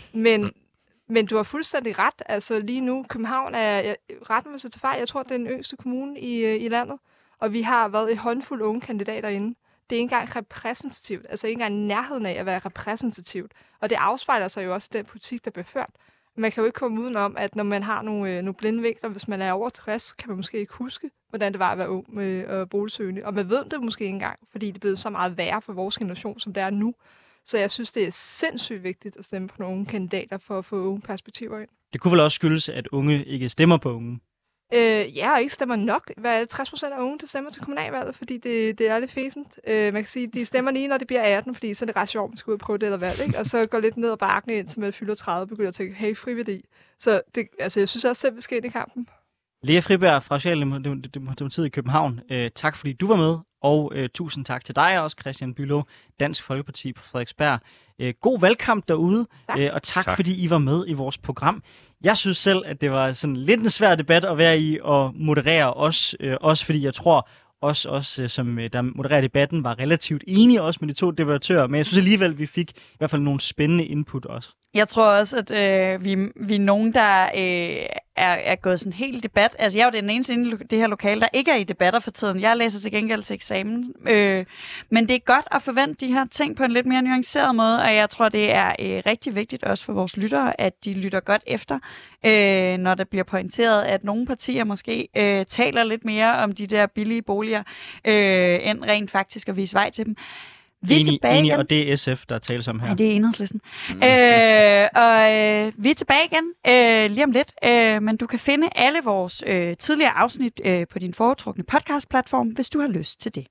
Men du har fuldstændig ret. Altså lige nu, København er ret med sig til fejl. Jeg tror, det er den yngste kommune i landet, og vi har været en håndfuld unge kandidater inde. Det er ikke engang repræsentativt, altså ikke engang nærheden af at være repræsentativt. Og det afspejler sig jo også i den politik, der bliver ført. Man kan jo ikke komme udenom, at når man har nogle blinde vinkler, hvis man er over 60, kan man måske ikke huske, hvordan det var at være ung med boligsøgende. Og man ved det måske ikke engang, fordi det er blevet så meget værre for vores generation, som det er nu. Så jeg synes, det er sindssygt vigtigt at stemme på nogle kandidater for at få unge perspektiver ind. Det kunne vel også skyldes, at unge ikke stemmer på unge? Ja, og ikke stemmer nok. Hvad er det? 60% af unge, der stemmer til kommunalvalget, fordi det er lidt fæsent. Man kan sige, de stemmer lige, når det bliver 18, fordi så er det ret sjovt, man skal ud og prøve det eller valg, ikke? Og så går lidt ned ad bakken ind, til man fylder 30, begynder at tænke, hey, friværdi. Så det, altså, jeg synes også selv, vi skal ind i kampen. Lea Friberg fra Socialdemokratiet i København, tak fordi du var med, og tusind tak til dig også, Christian Bülow, Dansk Folkeparti på Frederiksberg. God valgkamp derude, og tak fordi I var med i vores program. Jeg synes selv, at det var sådan lidt en svær debat at være i og moderere også fordi jeg tror, os som der modererer debatten, var relativt enige også med de to debattører, men jeg synes alligevel, vi fik i hvert fald nogle spændende input også. Jeg tror også, at vi er nogen, der er gået sådan helt debat. Altså, jeg er jo den eneste inde i det her lokale, der ikke er i debatter for tiden. Jeg læser til gengæld til eksamen. Men det er godt at forvente de her ting på en lidt mere nuanceret måde, og jeg tror, det er rigtig vigtigt også for vores lyttere, at de lytter godt efter, når der bliver pointeret, at nogle partier måske taler lidt mere om de der billige boliger, end rent faktisk at vise vej til dem. Vi er tilbage igen. Og det er SF, der tales om her. Ja, det er Enhedslisten. Vi er tilbage igen lige om lidt, men du kan finde alle vores tidligere afsnit på din foretrukne podcastplatform, hvis du har lyst til det.